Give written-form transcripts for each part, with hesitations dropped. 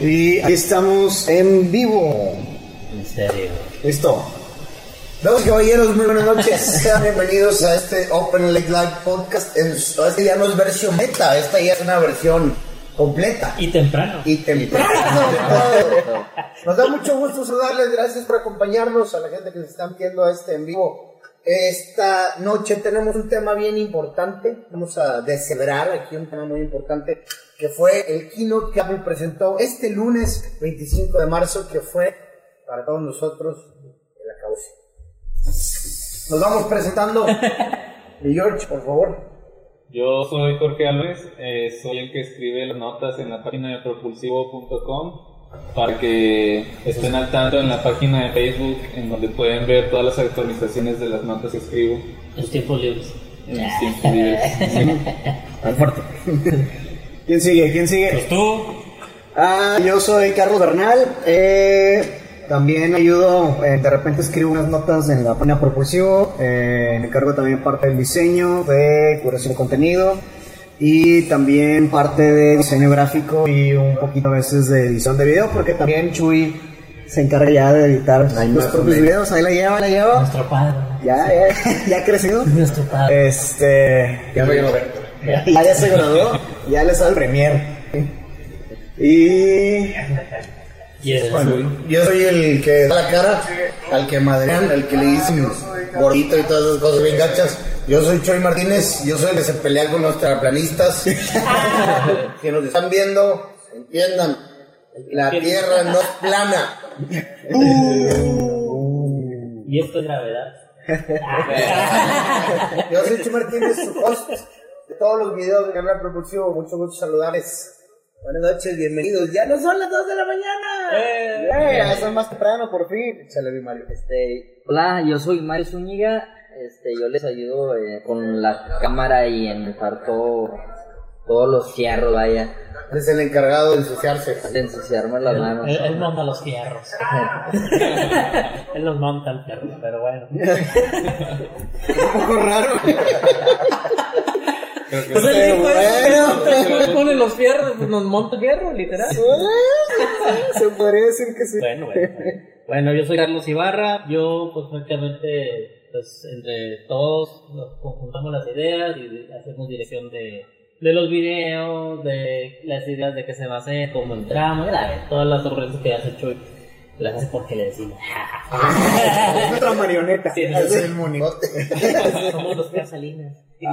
Y aquí estamos en vivo. En serio. Listo. Damas y caballeros, muy buenas noches. Sean bienvenidos a este Open Lake Live Podcast. Esta ya no es versión beta, esta ya es una versión completa. Y temprano. Nos da mucho gusto saludarles. Gracias por acompañarnos, a la gente que se están viendo en vivo. Esta noche tenemos un tema bien importante. Vamos a descebrar aquí un tema muy importante, que fue el keynote que Apple presentó este lunes 25 de marzo, que fue para todos nosotros el acabose. Nos vamos presentando. Y George, por favor. Yo soy Jorge Álvarez, soy el que escribe las notas en la página de propulsivo.com, para que estén al tanto en la página de Facebook, en donde pueden ver todas las actualizaciones de las notas que escribo. En los tiempos libres. En los tiempos libres. Al fuerte. ¿Quién sigue? Pues tú. Yo soy Carlos Bernal. También ayudo, de repente escribo unas notas en la página Propulsivo. Me encargo también parte del diseño, de curación de contenido y también parte de diseño gráfico y un poquito a veces de edición de video, porque también Chuy se encarga ya de editar los propios videos. Ahí la lleva. Nuestro padre. Ya ha crecido. Nuestro padre. Ya se graduó, ya le sale el Premiere. Y bueno, yo soy el que da la cara, al que madrean, el que le dicen gordito y todas esas cosas bien gachas. Yo soy Choy Martínez, yo soy el que se pelea con los terraplanistas. Que nos están viendo, entiendan, la tierra no es plana. ¿Y esto es gravedad? Yo soy Choy Martínez, su host de todos los videos del canal Propulsivo. Mucho gusto saludarles. Buenas noches, bienvenidos. Ya no son las 2 de la mañana. Ya son más temprano, por fin. Échale, mi Mario. Hola, yo soy Mario Zúñiga. Yo les ayudo con la cámara y en montar todos los fierros, vaya. Es el encargado de ensuciarse. De ensuciarme las manos. Él monta los fierros. Él los monta el fierro, pero bueno. Un poco raro. Pues él dijo eso, él pone los fierros, pues nos monta fierro, literal. Se podría decir que sí. Bueno, yo soy Carlos Ibarra. Yo, pues prácticamente, pues entre todos nos conjuntamos las ideas y hacemos dirección de los videos, de las ideas de qué se va a hacer, cómo entramos, todas las sorpresas que hace Chuy. Las hace porque le decimos. Es otra marioneta. Sí, es el monigote. Somos los Salinas. Y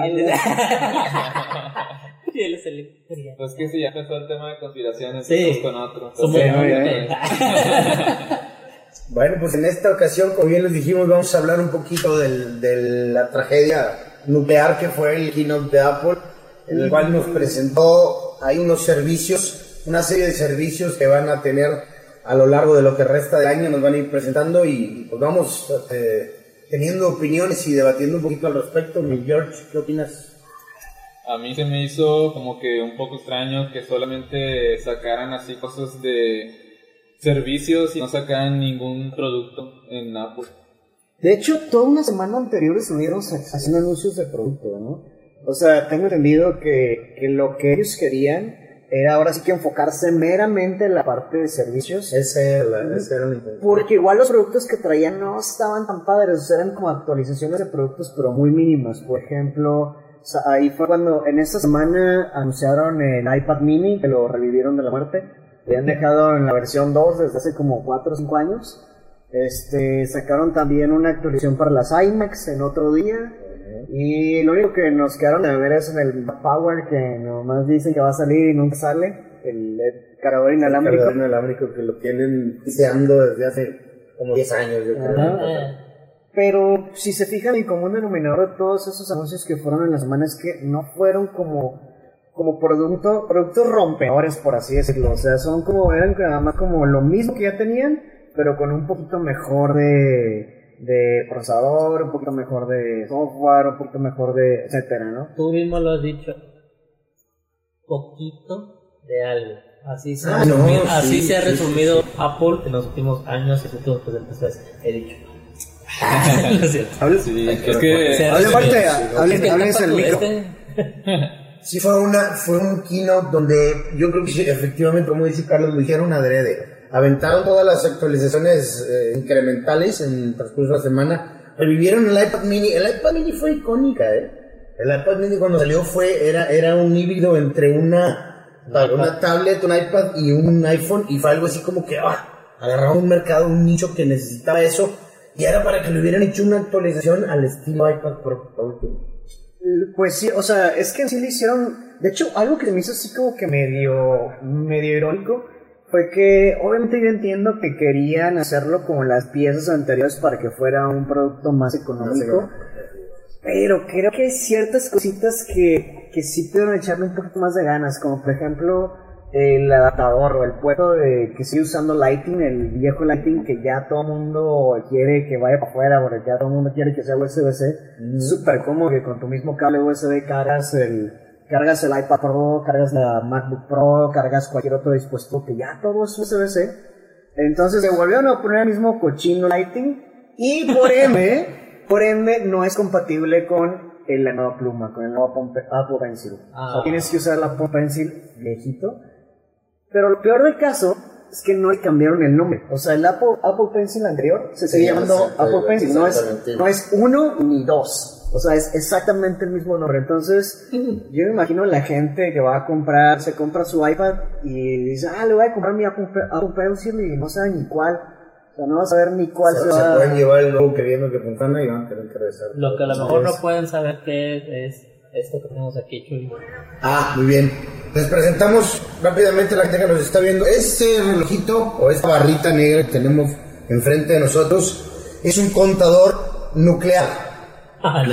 él es el. Pues que si ya empezó el tema de conspiraciones, sí, con otro. Bueno, pues en esta ocasión, como bien les dijimos, vamos a hablar un poquito de la tragedia nuclear que fue el keynote de Apple, en el cual nos presentó hay unos servicios, una serie de servicios que van a tener a lo largo de lo que resta del año, nos van a ir presentando y pues vamos teniendo opiniones y debatiendo un poquito al respecto. Mi George, ¿qué opinas? A mí se me hizo como que un poco extraño que solamente sacaran así cosas de servicios y no sacaran ningún producto en Apple. De hecho, toda una semana anterior estuvieron haciendo anuncios de producto, ¿no? O sea, tengo entendido que lo que ellos querían era ahora sí que enfocarse meramente en la parte de servicios. Ese era el intento. Porque igual los productos que traían no estaban tan padres, o sea, eran como actualizaciones de productos, pero muy mínimas. Por ejemplo, ahí fue cuando en esta semana anunciaron el iPad mini, que lo revivieron de la muerte. Lo habían dejado en la versión 2 desde hace como 4 o 5 años. Sacaron también una actualización para las iMacs en otro día. Y lo único que nos quedaron de ver es en el Power, que nomás dicen que va a salir y nunca sale. El cargador inalámbrico. El cargador inalámbrico que lo tienen deseando desde hace como 10 años, yo creo. Pero si se fijan, el común denominador de todos esos anuncios que fueron en la semana es que no fueron como productos rompedores, por así decirlo. O sea, eran nada más como lo mismo que ya tenían, pero con un poquito mejor de procesador, un poquito mejor de software, un poquito mejor de etcétera, ¿no? Tú mismo lo has dicho, poquito de algo. Así se ha resumido Apple en los últimos años y los últimos presentes, he dicho. Sí, es que hablen el micro. Sí fue un keynote donde yo creo que efectivamente, como dice Carlos, lo dijeron adrede. Aventaron todas las actualizaciones incrementales en el transcurso de la semana. Revivieron el iPad mini. El iPad mini fue icónica, El iPad mini cuando salió era un híbrido entre una tablet, un iPad y un iPhone, y fue algo así como que agarraron un mercado, un nicho que necesitaba eso, y era para que le hubieran hecho una actualización al estilo iPad Pro. Pues sí, o sea, es que en sí le hicieron, de hecho, algo que me hizo así como que medio irónico, fue que obviamente yo entiendo que querían hacerlo como las piezas anteriores para que fuera un producto más económico, pero creo que hay ciertas cositas que sí pudieron echarle un poquito más de ganas, como por ejemplo el adaptador o el puerto que sigue usando Lightning, el viejo Lightning que ya todo el mundo quiere que vaya para afuera, porque ya todo el mundo quiere que sea USB-C. Es súper cómodo que con tu mismo cable USB cargas el iPad Pro, cargas la MacBook Pro, cargas cualquier otro dispositivo, que ya todo es USB-C. Entonces se volvieron a poner el mismo cochino Lightning, y por ende no es compatible con la nueva pluma, con el nuevo Apple Pencil. O sea, tienes que usar la Apple Pencil viejito. Pero lo peor del caso es que no le cambiaron el nombre. O sea, el Apple Pencil anterior se sigue llamando Apple Pencil. No es 1 ni 2. O sea, es exactamente el mismo nombre. Entonces, yo me imagino la gente que se compra su iPad y dice, le voy a comprar mi Apple Pencil, y no sabe ni cuál. O sea, no vas a ver ni cuál se pueden llevar el nuevo queriendo que funciona y van a tener que regresar. Lo que a lo mejor no pueden saber qué es esto que tenemos aquí, Chuy. Muy bien. Les presentamos rápidamente a la gente que nos está viendo. Este relojito o esta barrita negra que tenemos enfrente de nosotros es un contador nuclear. ¿En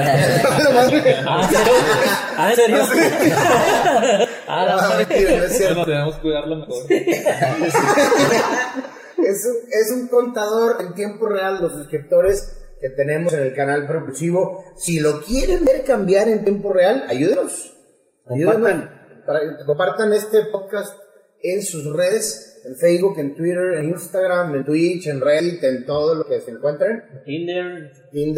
serio? Mentira, no es cierto. Bueno, debemos cuidarlo mejor. Es un contador en tiempo real. Los suscriptores que tenemos en el canal Propulsivo, si lo quieren ver cambiar en tiempo real, ayúdenos. Compartan este podcast en sus redes, en Facebook, en Twitter, en Instagram, en Twitch, en Reddit, en todo lo que se encuentren. Tinder.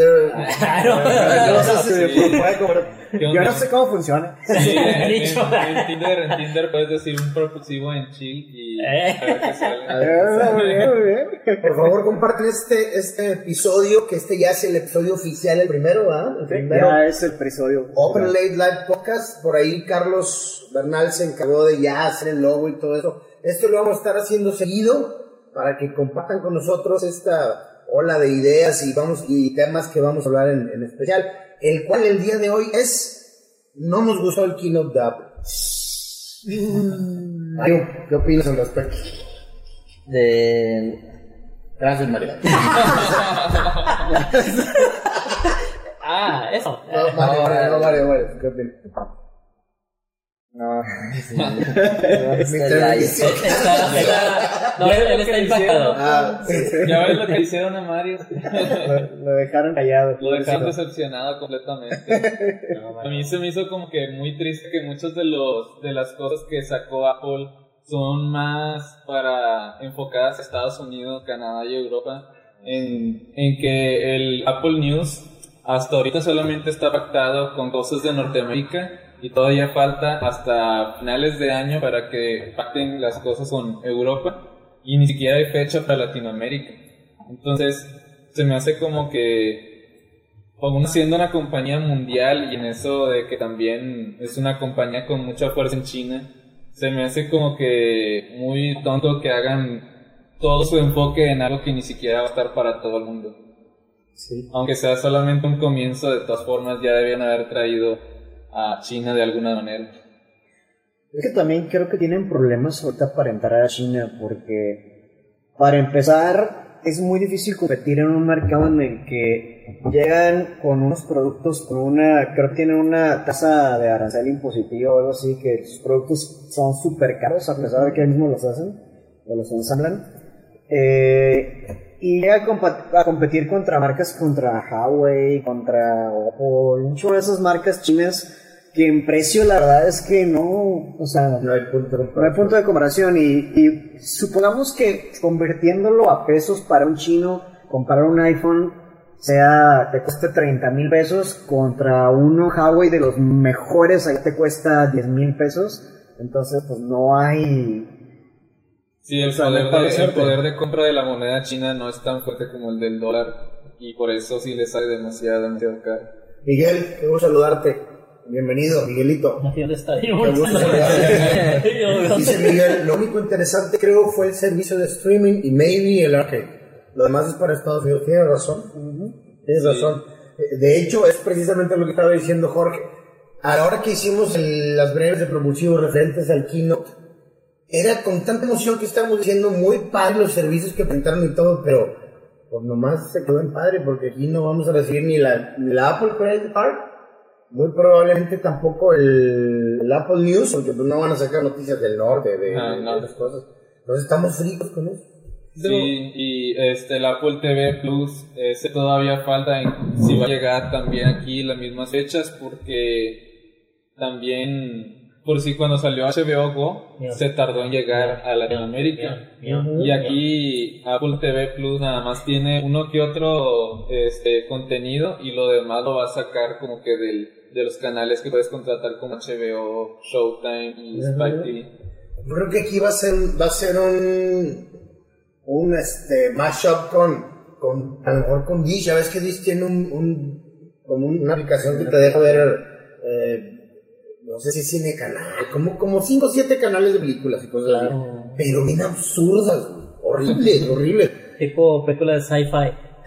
Yo no sé cómo funciona. Sí, en Tinder puedes decir un propulsivo en chill y a ver qué sale. Muy bien. Por favor, compartan este episodio, que ya es el episodio oficial, el primero, ¿verdad? El primero. Ya es el episodio. Open Late Live Podcast. Por ahí Carlos Bernal se encargó de ya hacer el logo y todo eso. Esto lo vamos a estar haciendo seguido para que compartan con nosotros esta ola de ideas y temas que vamos a hablar en especial, el cual el día de hoy no nos gustó el keynote de Apple. Mario, ¿qué opinas al respecto? Gracias, Mario. Eso. No, Mario, ¿qué opinas? No, él está impactado. Ya ves lo que hicieron a Mario. Lo dejaron callado. Lo dejaron decepcionado completamente. A mí se me hizo como que muy triste que muchas de las cosas que sacó Apple son más enfocadas a Estados Unidos, Canadá y Europa, en que el Apple News hasta ahorita solamente está pactado con cosas de Norteamérica, y todavía falta hasta finales de año para que pacten las cosas con Europa, y ni siquiera hay fecha para Latinoamérica. Entonces se me hace como que, aún siendo una compañía mundial, y en eso de que también es una compañía con mucha fuerza en China, se me hace como que muy tonto que hagan todo su enfoque en algo que ni siquiera va a estar para todo el mundo. Sí. Aunque sea solamente un comienzo, de todas formas ya debían haber traído a China de alguna manera. Es que también creo que tienen problemas ahorita para entrar a China, porque para empezar es muy difícil competir en un mercado en el que llegan con unos productos creo que tienen una tasa de arancel impositivo o algo así, que sus productos son súper caros a pesar de que ellos mismos los hacen o los ensamblan, y llega a competir contra marcas, contra Huawei, contra Oppo, muchas de esas marcas chinas que en precio la verdad es que no, o sea, no hay punto de comparación, y supongamos que convirtiéndolo a pesos para un chino, comprar un iPhone te cueste 30,000 pesos contra uno Huawei de los mejores, ahí te cuesta 10,000 pesos. Entonces, pues no hay... Sí, el poder de compra de la moneda china no es tan fuerte como el del dólar, y por eso sí le sale demasiado caro. Miguel, qué gusto saludarte. Bienvenido, Miguelito. ¿Dónde está? Qué gusto saludarte. Dice Miguel, lo único interesante creo fue el servicio de streaming y maybe el arcade. Lo demás es para Estados Unidos. Tienes razón. Tienes razón. De hecho, es precisamente lo que estaba diciendo Jorge. A la hora que hicimos las breves de propulsivo referentes al keynote, era con tanta emoción que estábamos diciendo muy padre los servicios que presentaron y todo, pero pues nomás se quedó en padre porque aquí no vamos a recibir ni la Apple Credit Card, muy probablemente tampoco el Apple News, porque pues no van a sacar noticias del norte, de otras cosas. Entonces estamos fríos con eso. Sí, y el Apple TV Plus, ese todavía falta si va a llegar también aquí las mismas fechas, porque también, por si cuando salió HBO Go, se tardó en llegar a Latinoamérica. Y aquí Apple TV Plus nada más tiene uno que otro contenido, y lo demás lo va a sacar como que de los canales que puedes contratar como HBO, Showtime y Spike TV. Yo creo que aquí va a ser un mashup con a lo mejor con Dish. Ya ves que Dish tiene como una aplicación que te deja ver no sé si cine canal, como 5 o 7 canales de películas y cosas así, pero bien absurdas, horribles. Tipo película de sci-fi.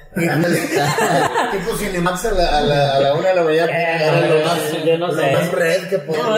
Tipo Cinemax a la 1 de la mañana. Yo no sé. Lo más red que puedo.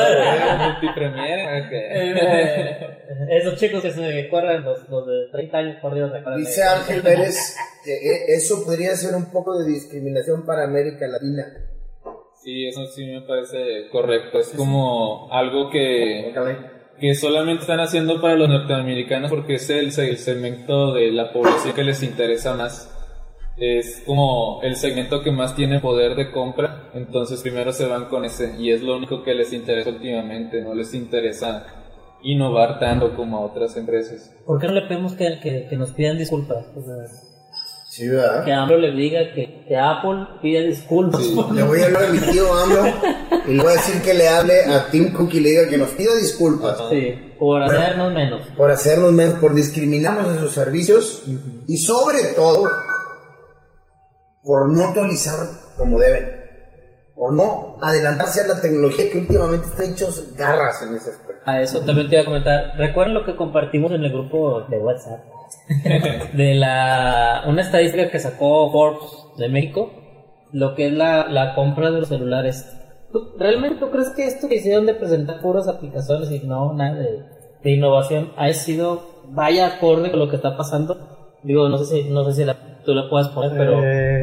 Esos chicos que se corren los de 30 años por Dios. Dice Ángel Pérez que eso podría ser un poco de discriminación para América Latina. Sí, eso sí me parece correcto. Es como algo que solamente están haciendo para los norteamericanos porque es el segmento de la población que les interesa más. Es como el segmento que más tiene poder de compra, entonces primero se van con ese, y es lo único que les interesa últimamente. No les interesa innovar tanto como a otras empresas. ¿Por qué no le pedimos que nos pidan disculpas? O sea, sí, ¿verdad? Que AMLO le diga que Apple pida disculpas. Sí, le voy a hablar a mi tío AMLO y le voy a decir que le hable a Tim Cook y le diga que nos pida disculpas. Sí, por hacernos menos. Por hacernos menos, por discriminarnos en sus servicios y sobre todo por no actualizar como deben, o no adelantarse a la tecnología que últimamente está hechos garras en ese aspecto. A eso también te iba a comentar. ¿Recuerdan lo que compartimos en el grupo de WhatsApp? De una estadística que sacó Forbes de México, lo que es la compra de los celulares. ¿Realmente tú crees que esto que hicieron de presentar puras aplicaciones y no nada de innovación ha sido vaya acorde con lo que está pasando? Digo, no sé si tú la puedas poner, pero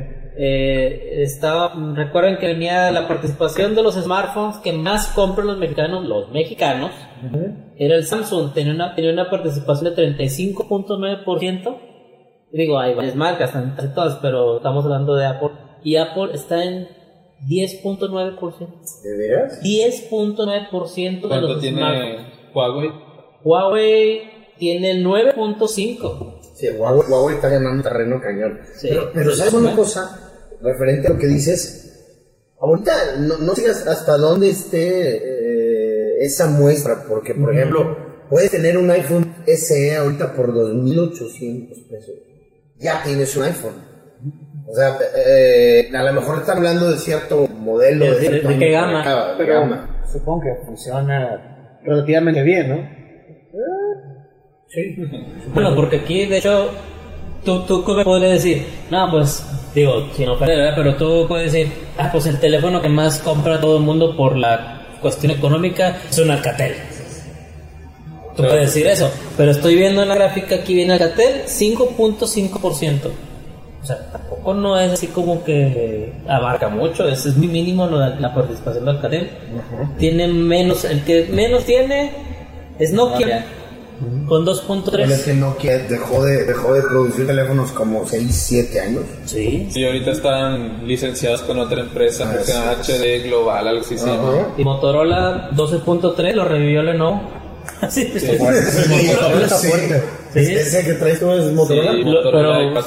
recuerden que venía la participación de los smartphones que más compran los mexicanos, era el Samsung, tenía una participación de 35.9%. Digo, hay varias marcas, casi todas, pero estamos hablando de Apple, y Apple está en 10.9%. ¿De veras? 10.9% de los tiene smartphones. Huawei? Huawei tiene 9.5%. Sí, Huawei está ganando terreno cañón. Sí. Pero ¿sabes una cosa? Referente a lo que dices, ahorita no sé hasta dónde esté esa muestra, porque por ejemplo, puedes tener un iPhone SE ahorita por 2,800 pesos. Ya tienes un iPhone. O sea, a lo mejor están hablando de cierto modelo. ¿De qué gama? Pero supongo que funciona relativamente bien, ¿no? Sí. Bueno, porque aquí, de hecho, tú me podrías decir, no, pues, digo, sin ofender, ¿verdad? Pero tú puedes decir, pues el teléfono que más compra todo el mundo por la cuestión económica es un Alcatel. Tú puedes decir eso, pero estoy viendo en la gráfica, aquí viene Alcatel, 5.5%. O sea, tampoco no es así como que abarca mucho, es muy mínimo la participación de Alcatel. Tiene menos, el que menos tiene es Nokia. Con 2.3. Es que Nokia dejó de producir teléfonos como 6-7 años. Sí. Sí, ahorita están licenciados con otra empresa, que se llama HD Global, algo así. Y Motorola 12.3 lo revivió Lenovo. Sí, Motorola está fuerte. ¿Ese que traes tú es Motorola? Sí, Motorola i4.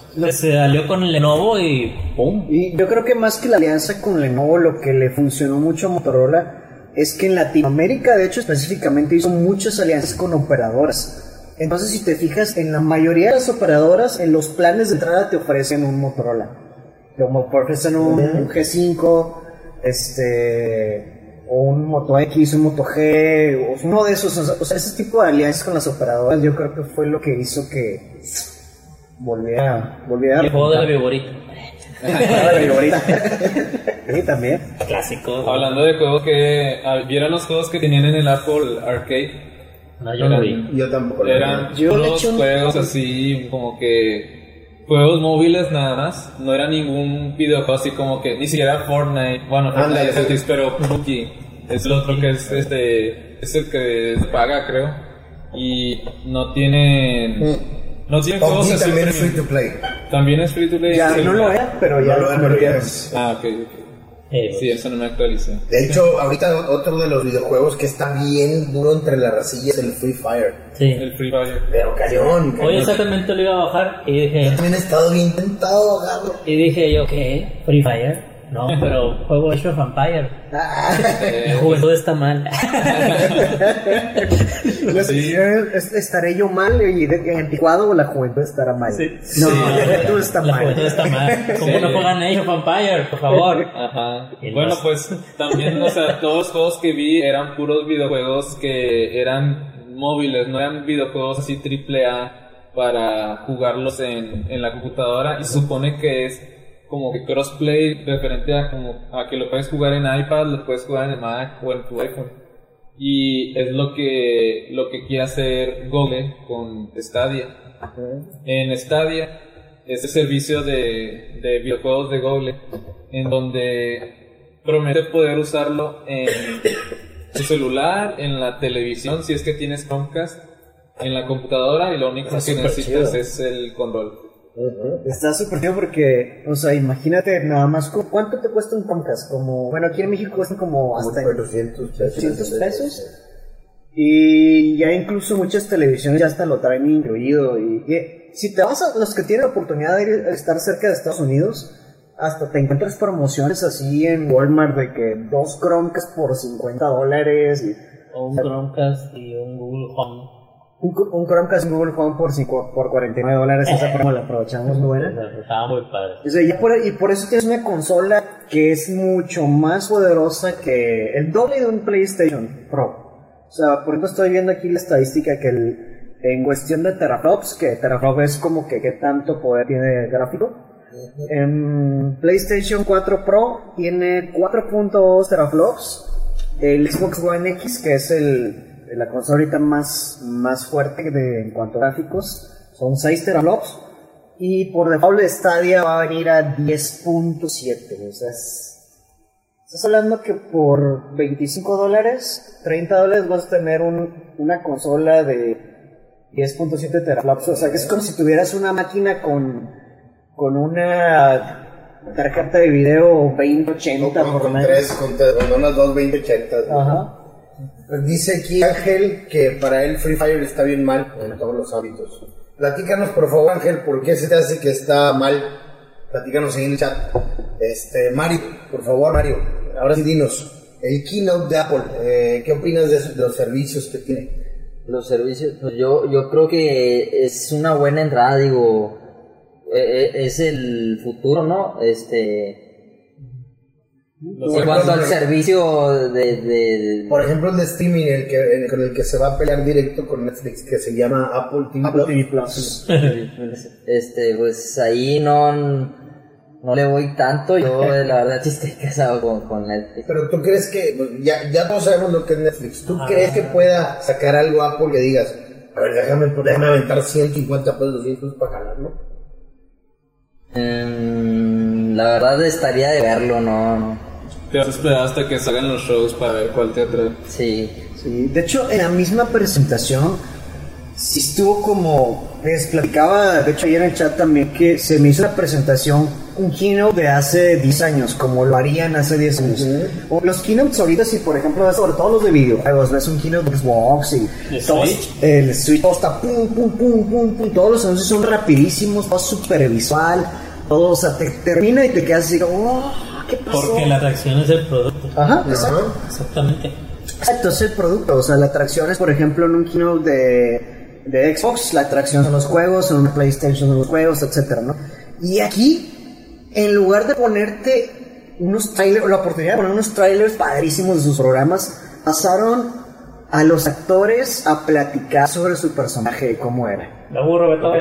Se alió con Lenovo y ¡pum! Y yo creo que más que la alianza con Lenovo, lo que le funcionó mucho a Motorola es que en Latinoamérica, de hecho, específicamente hizo muchas alianzas con operadoras. Entonces, si te fijas, en la mayoría de las operadoras, en los planes de entrada te ofrecen un Motorola. Como ofrecen un G5, o un Moto X, un Moto G, o uno de esos. O sea, ese tipo de alianzas con las operadoras, yo creo que fue lo que hizo que volviera a... El juego de la viborita. Sí, también. Clásico. Hablando de juegos ¿vieron los juegos que tenían en el Apple Arcade? No, yo no vi. Yo tampoco. Eran todos juegos así, como que juegos móviles nada más. No era ningún videojuego así como que, ni siquiera Fortnite. Bueno, Fortnite es gratis, pero PUBG es el otro que es es el que paga, creo. Y no tienen... No tienen juegos PUBG así. también es free to play. También es free to play. Ya no lo era, pero ya No lo lo convirtieron. Ah, ok. Sí, eso no me actualicé. De hecho, ahorita otro de los videojuegos que está bien duro entre las rasillas es el Free Fire. Sí. El Free Fire. Pero cañón. Hoy exactamente lo iba a bajar y Yo dije... también he estado bien tentado a bajarlo. Y dije yo, ¿qué? ¿Free Fire? No, pero juego Age of Empire. La juventud está mal. Sí. ¿Estaré yo mal y anticuado o la juventud estará mal? Sí. No, Sí. la juventud está La mal. juventud está mal. ¿Cómo Sí. no juegan Age of Empire? Por favor. Ajá. Y Bueno, los- pues también, o sea, todos los juegos que vi eran puros videojuegos que eran móviles, no eran videojuegos así triple A para jugarlos en la computadora, y supone que es como que crossplay referente a que lo puedes jugar en iPad, lo puedes jugar en el Mac o en tu iPhone. Y es lo que quiere hacer Google con Stadia. En Stadia, este servicio de videojuegos de Google, en donde promete poder usarlo en tu celular, en la televisión, si es que tienes Chromecast, en la computadora, y lo único que necesitas es el control. Está súper chido porque, o sea, imagínate nada más, ¿cuánto te cuesta un Chromecast? Como, bueno, aquí en México cuestan como hasta 400 pesos. 800 pesos. Y ya incluso muchas televisiones ya hasta lo traen incluido. Y si te vas a los que tienen la oportunidad de estar cerca de Estados Unidos, hasta te encuentras promociones así en Walmart de que 2 Chromecast por $50 y O un Chromecast y un Google Home. un Chromecast en Google Home por $49. Esa promo la aprovechamos, muy buena. Estaba muy padre. O sea, y por eso tienes una consola que es mucho más poderosa que el doble de un PlayStation Pro. O sea, por ejemplo, estoy viendo aquí la estadística que en cuestión de teraflops, que teraflop es como que qué tanto poder tiene el gráfico. En PlayStation 4 Pro tiene 4.2 teraflops. El Xbox One X, que es la consola ahorita más fuerte en cuanto a gráficos, son 6 teraflops. Y por default Stadia va a venir a 10.7. O sea, estás hablando que por $25, $30 vas a tener una consola de 10.7 teraflops. O sea, que es como si tuvieras una máquina con una tarjeta de video 2080 por lo Con menos. unas 2 2080. Ajá. Dice aquí Ángel que para él Free Fire está bien mal en todos los ámbitos. Platícanos por favor, Ángel, ¿por qué se te hace que está mal? Platícanos ahí en el chat. Mario, por favor, Mario, ahora sí dinos, el keynote de Apple, ¿qué opinas de los servicios que tiene? Los servicios, pues yo creo que es una buena entrada, digo, es el futuro, ¿no? En cuanto al servicio de Por ejemplo, el de streaming, con el que se va a pelear directo con Netflix, que se llama Apple TV Plus. pues ahí no le voy tanto. Yo la verdad sí estoy casado con Netflix. Pero tú crees que, ya todos sabemos lo que es Netflix, ¿tú crees que pueda sacar algo Apple que digas, a ver, déjame aventar 150 pesos, 200 para jalarlo? La verdad estaría de verlo, no. Te vas a esperar hasta que salgan los shows para ver cuál te atrae. Sí. Sí, de hecho, en la misma presentación sí estuvo como, les platicaba, de hecho ayer en el chat también, que se me hizo una presentación, un keynote de hace 10 años, como lo harían hace 10 años. O los keynotes ahorita, si por ejemplo ves sobre todo los de videojuegos, ves un keynote de Xbox y el Switch, todo está pum, pum, pum, pum, pum, todos los anuncios son rapidísimos, todo súper visual, todo, o sea, te termina y te quedas así, oh, ¿qué pasó? Porque la atracción es el producto. Ajá, exacto. Exactamente. Exacto, es el producto, o sea, la atracción es, por ejemplo, en un keynote de Xbox, la atracción son los juegos, en una PlayStation son los juegos, etcétera, ¿no? Y aquí, en lugar de ponerte unos trailers, la oportunidad de poner unos trailers padrísimos de sus programas, pasaron a los actores a platicar sobre su personaje, cómo era. La burro, Beto.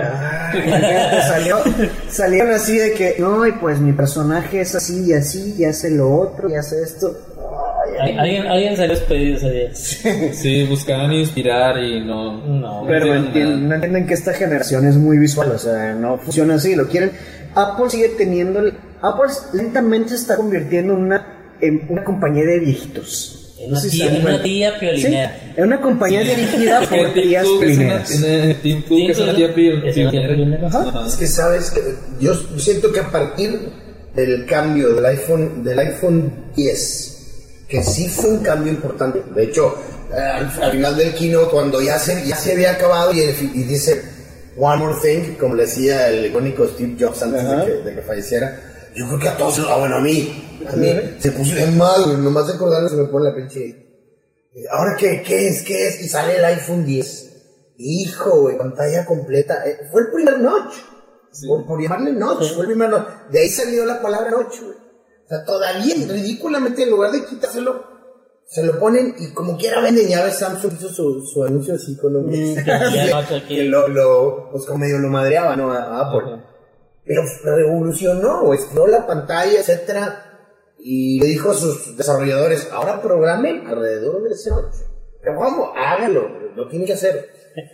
Salieron así de que, no, y pues mi personaje es así y así, y hace lo otro, y hace esto. Alguien se les pedido ese día. Sí, buscaban inspirar y no. Pero no hicieron nada. entienden que esta generación es muy visual, o sea, no funciona así, lo quieren. Apple sigue teniendo, Apple lentamente se está convirtiendo en una compañía de viejitos. Una tía piolinera. Sí, es una compañía dirigida por tías piolineras. Tim Cook es una tía piolinera. Ajá. Es que sabes que yo siento que a partir del cambio del iPhone 10, que sí fue un cambio importante. De hecho, al final del keynote, cuando ya se había acabado y dice One More Thing, como le decía el icónico Steve Jobs antes de que falleciera, yo creo que a todos, bueno, a mí se puso bien mal, nomás de acordarlo se me pone la pinche. ¿Ahora qué es? Y sale el iPhone 10. Hijo, güey, pantalla completa. Fue el primer notch. Sí. Por llamarle notch, fue el primer notch. De ahí salió la palabra notch, güey. O sea, todavía, ridículamente, en lugar de quitárselo, se lo ponen y como quiera venden. Ya ves, Samsung hizo su anuncio así con un... que pues como medio lo madreaba, ¿no? A Apple. Pero revolucionó, exploró la pantalla, etcétera. Y le dijo a sus desarrolladores, ahora programen alrededor de ese 8. Pero ¿cómo? Hágalo, lo tienen que hacer.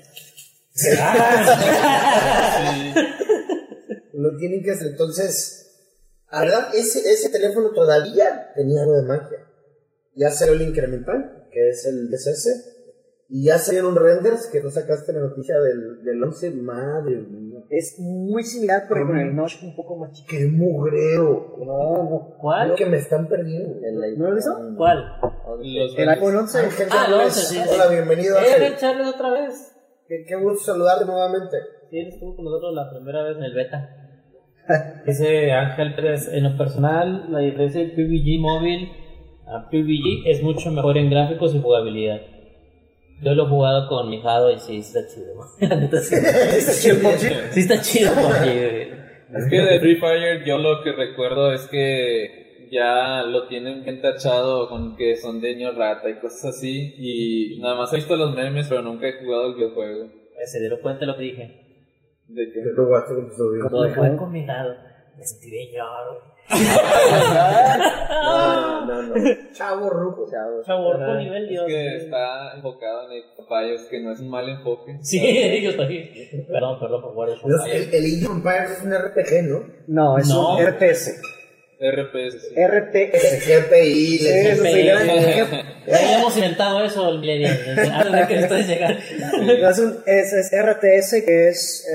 Lo tienen que hacer. Entonces, la verdad, ese teléfono todavía tenía algo de magia. Ya salió el incremental, que es el DSS. Y ya salieron renders que tú sacaste la noticia del 11. Madre mía. Es muy similar, pero con el notch un poco más chico. ¡Qué mugrero! No, ¿cuál? Lo que me están perdiendo. ¿No lo hizo? ¿Cuál? El iPhone 11. El 11, sí. Hola, bienvenido. ¿Eres Charles otra vez? Qué gusto saludarte nuevamente. Sí, él estuvo con nosotros la primera vez en el beta. Dice Ángel Pérez, en lo personal, la diferencia del PUBG móvil a PUBG es mucho mejor en gráficos y jugabilidad. Yo lo he jugado con mi Jado y sí, está chido. Sí está chido PUBG. Es que de Free Fire yo lo que recuerdo es que ya lo tienen bien tachado con que son niño rata y cosas así. Y nada más he visto los memes, pero nunca he jugado el videojuego. ¿Se dieron cuenta de lo que dije? ¿De qué? Lo jugaste con tu sobrino. Cuando jugué con mi Jado, me sentí bien lloro. No. Chavo ruco. Chavo nivel Dios. Es que está enfocado en el papayos, que no es un mal enfoque. Sí, yo estoy. Perdón por guardar. El Age of Empires es un RPG, ¿no? No, es un RTS. RPS, sí. RTS. GPI. Ya habíamos inventado eso el milenio. Antes de que ustedes llegaran. Es RTS, que es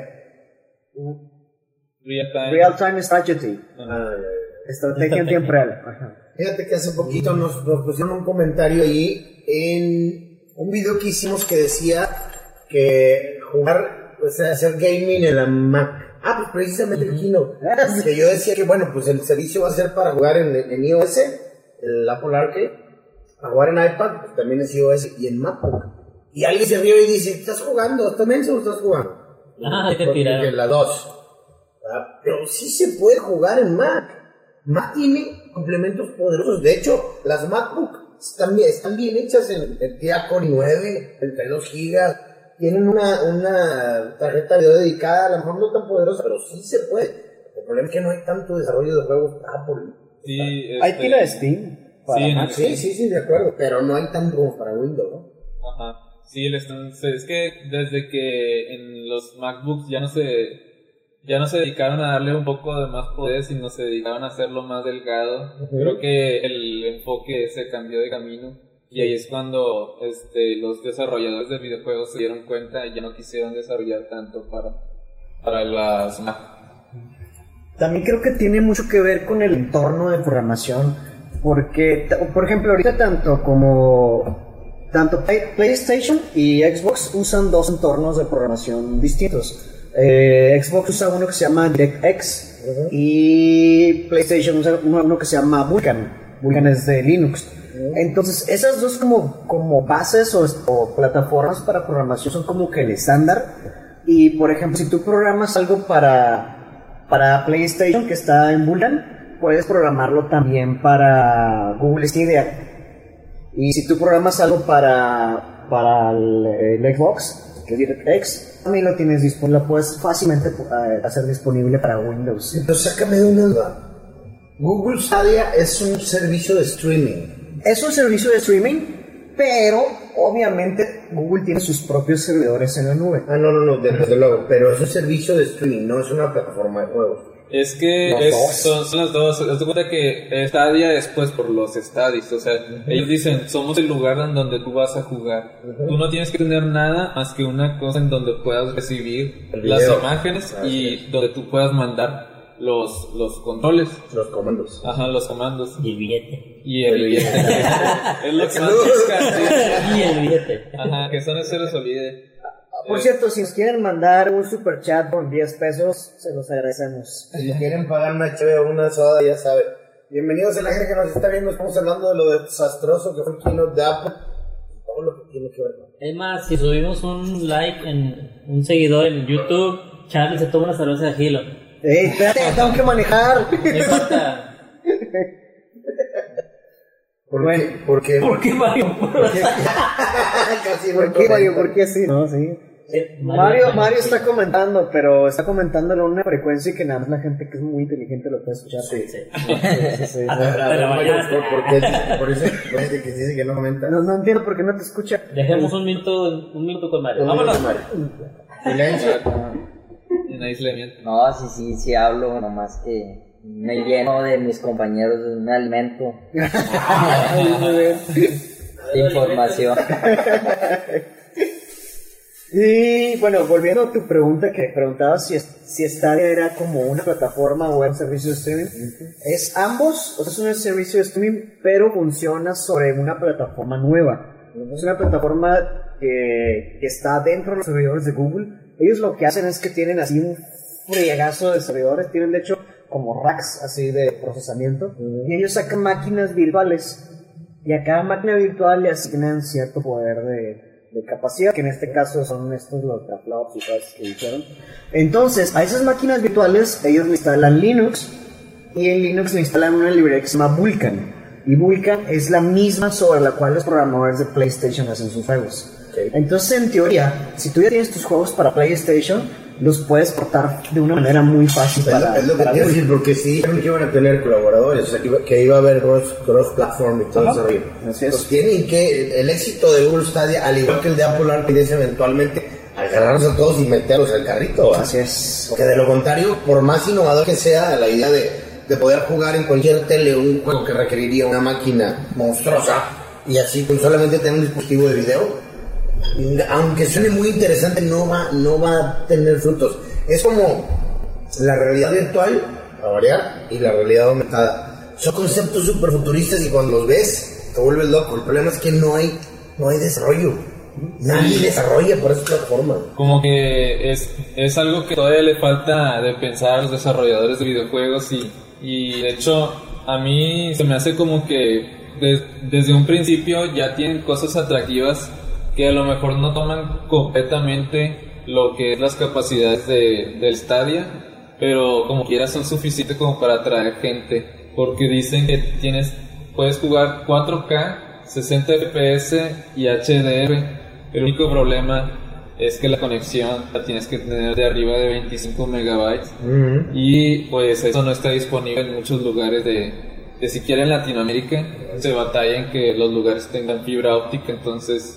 Real Time Strategy. Estrategia en tiempo real. Fíjate que hace poquito nos pusieron un comentario ahí en un video que hicimos que decía que jugar, o sea, hacer gaming en la Mac. Pues precisamente el keynote. Que yo decía que bueno, pues el servicio va a ser para jugar en iOS, el Apple Arcade, para jugar en iPad, pues también es iOS y en MacBook. Y alguien se rió y dice, ¿estás jugando? ¿También estás jugando? Te tiraron. En la 2. Pero sí se puede jugar en Mac. Mac tiene complementos poderosos. De hecho, las MacBook están bien hechas en TIA Core i9, 32 GB. Tienen una tarjeta de video dedicada, a lo mejor no tan poderosa, pero sí se puede. El problema es que no hay tanto desarrollo de juegos Apple. Sí, hay tira de Steam. Sí, de acuerdo. Pero no hay tanto como para Windows, ¿no? Ajá. Sí, es que desde que en los MacBooks ya no se dedicaron a darle un poco de más poder, sino se dedicaron a hacerlo más delgado. Creo que el enfoque se cambió de camino. Y ahí es cuando los desarrolladores de videojuegos se dieron cuenta y ya no quisieron desarrollar tanto para las Mac. También creo que tiene mucho que ver con el entorno de programación, porque, por ejemplo, ahorita tanto PlayStation y Xbox usan dos entornos de programación distintos. Xbox usa uno que se llama DirectX y PlayStation usa uno que se llama Vulkan. Vulkan es de Linux. Entonces, esas dos como bases o plataformas para programación son como que el estándar. Y, por ejemplo, si tú programas algo para PlayStation que está en Vulkan, puedes programarlo también para Google Stadia. Y si tú programas algo para el Xbox, que es DirectX, también lo tienes disponible, lo puedes fácilmente hacer disponible para Windows. Entonces, sácame de una duda. Google Stadia es un servicio de streaming. Es un servicio de streaming, pero obviamente Google tiene sus propios servidores en la nube. No, desde luego, pero es un servicio de streaming, no es una plataforma de juegos. Es que son las dos. Haz de cuenta que Stadia es pues por los estadios. O sea, ellos dicen, somos el lugar en donde tú vas a jugar. Tú no tienes que tener nada más que una cosa en donde puedas recibir las imágenes y donde tú puedas mandar los controles. Los comandos. Ajá, los comandos. Y el billete. Y el billete. Es lo que más busca. Y el billete. Ajá, que eso no se les olvide. Por cierto, si nos quieren mandar un super chat por 10 pesos, se los agradecemos. Si quieren pagar una cheve o una soda, ya saben. Bienvenidos a la gente que nos está viendo. Estamos hablando de lo desastroso que fue el keynote de Apple. Todo lo que tiene que ver con. Es más, si subimos un like en un seguidor en YouTube, Charlie se toma una cerveza de Hilo. Espérate, tengo que manejar. No importa. ¿Por qué? ¿Por qué, Mario? Casi ¿Por qué, Mario? ¿Por qué así? No, sí. Mario está comentando, pero está comentándolo en una frecuencia que nada más la gente que es muy inteligente lo puede escuchar. Sí. Por eso que dice que no comenta. No entiendo por qué no te escucha. Dejemos un minuto con Mario. Vámonos. Silencio. En aislamiento. No, sí hablo, nomás que me lleno de mis compañeros de un alimento. Información. Y bueno, volviendo a tu pregunta que preguntabas si Stadia era como una plataforma o un servicio de streaming, es ambos, o sea, es un servicio de streaming, pero funciona sobre una plataforma nueva. Es una plataforma que está dentro de los servidores de Google. Ellos lo que hacen es que tienen así un friegazo de servidores, tienen de hecho como racks así de procesamiento, y ellos sacan máquinas virtuales, y a cada máquina virtual le asignan cierto poder de capacidad, que en este caso son estos los teraflops y cosas que dijeron. Entonces, a esas máquinas virtuales ellos le instalan Linux, y en Linux le instalan una librería que se llama Vulkan, y Vulkan es la misma sobre la cual los programadores de PlayStation hacen sus juegos. Entonces, en teoría, si tú ya tienes tus juegos para PlayStation, los puedes portar de una manera muy fácil es lo que quiero decir, porque sí dijeron que iban a tener colaboradores, o sea, que iba a haber cross-platform y todo eso. Así es. Pues tienen que, el éxito de Google Stadia, al igual que el de Apple Arcade, es eventualmente agarrarlos a todos y meterlos al carrito. Así es. Porque de lo contrario, por más innovador que sea la idea de poder jugar en cualquier tele un juego que requeriría una máquina monstruosa y así con solamente tener un dispositivo de video, aunque suene muy interesante, no va a tener frutos. Es como la realidad virtual, a variar, y la realidad aumentada. Son conceptos súper futuristas y cuando los ves te vuelves loco. El problema es que no hay desarrollo. Nadie desarrolla por esa plataforma. Como que es algo que todavía le falta de pensar a los desarrolladores de videojuegos y de hecho a mí se me hace como que desde un principio ya tienen cosas atractivas que a lo mejor no toman completamente lo que es las capacidades del Stadia, pero como quiera son suficientes como para atraer gente, porque dicen que puedes jugar 4K, 60 FPS y HDR. El único problema es que la conexión la tienes que tener de arriba de 25 megabytes y pues eso no está disponible en muchos lugares de siquiera en Latinoamérica. Se batalla en que los lugares tengan fibra óptica, entonces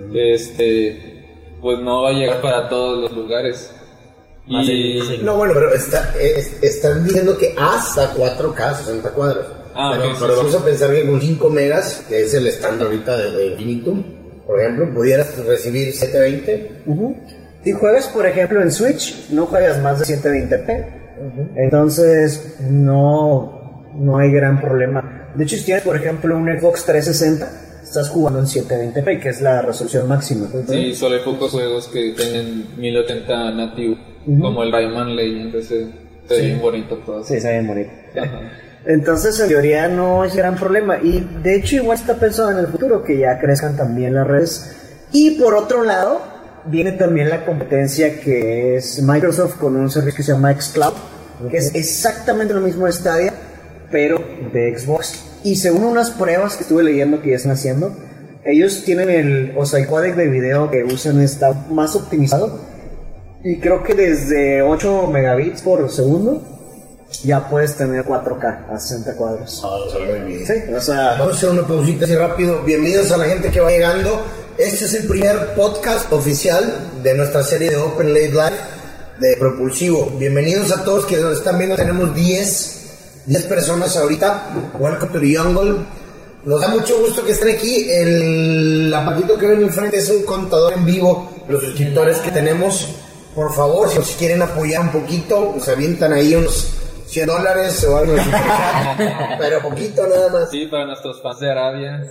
pues no va a llegar para todos los lugares. No, bueno, pero están diciendo que hasta 4K 60 cuadros. Pero vamos a pensar que con 5 megas, que es el estándar ahorita de Infinitum, por ejemplo, pudieras recibir 720. Si juegas, por ejemplo, en Switch, no juegas más de 720p. Entonces, no hay gran problema. De hecho, si tienes, por ejemplo, un Xbox 360, estás jugando en 720p, que es la resolución máxima. Sí, solo hay pocos juegos que tienen 1080 nativo, como el Rayman Legends, se ve bien bonito todo. Sí, se ve bien bonito. Entonces, en teoría no es gran problema. Y de hecho, igual está pensado en el futuro que ya crezcan también las redes. Y por otro lado, viene también la competencia que es Microsoft con un servicio que se llama xCloud, que es exactamente lo mismo de Stadia, pero de Xbox. Y según unas pruebas que estuve leyendo que ya están haciendo, ellos tienen el códec de video que usan está más optimizado. Y creo que desde 8 megabits por segundo ya puedes tener 4K a 60 cuadros. Muy bien. Sí, o sea, vamos a hacer una pausita así rápido. Bienvenidos a la gente que va llegando. Este es el primer podcast oficial de nuestra serie de Open Late Live de Propulsivo. Bienvenidos a todos que nos están viendo. Tenemos 10 personas ahorita. Welcome to the jungle. Nos da mucho gusto que estén aquí. El apartito que ven enfrente es un contador en vivo. Los suscriptores que tenemos, por favor, si nos quieren apoyar un poquito, pues avientan ahí unos $100 o algo así. Pero poquito nada más. Sí, para nuestros fans de Arabia.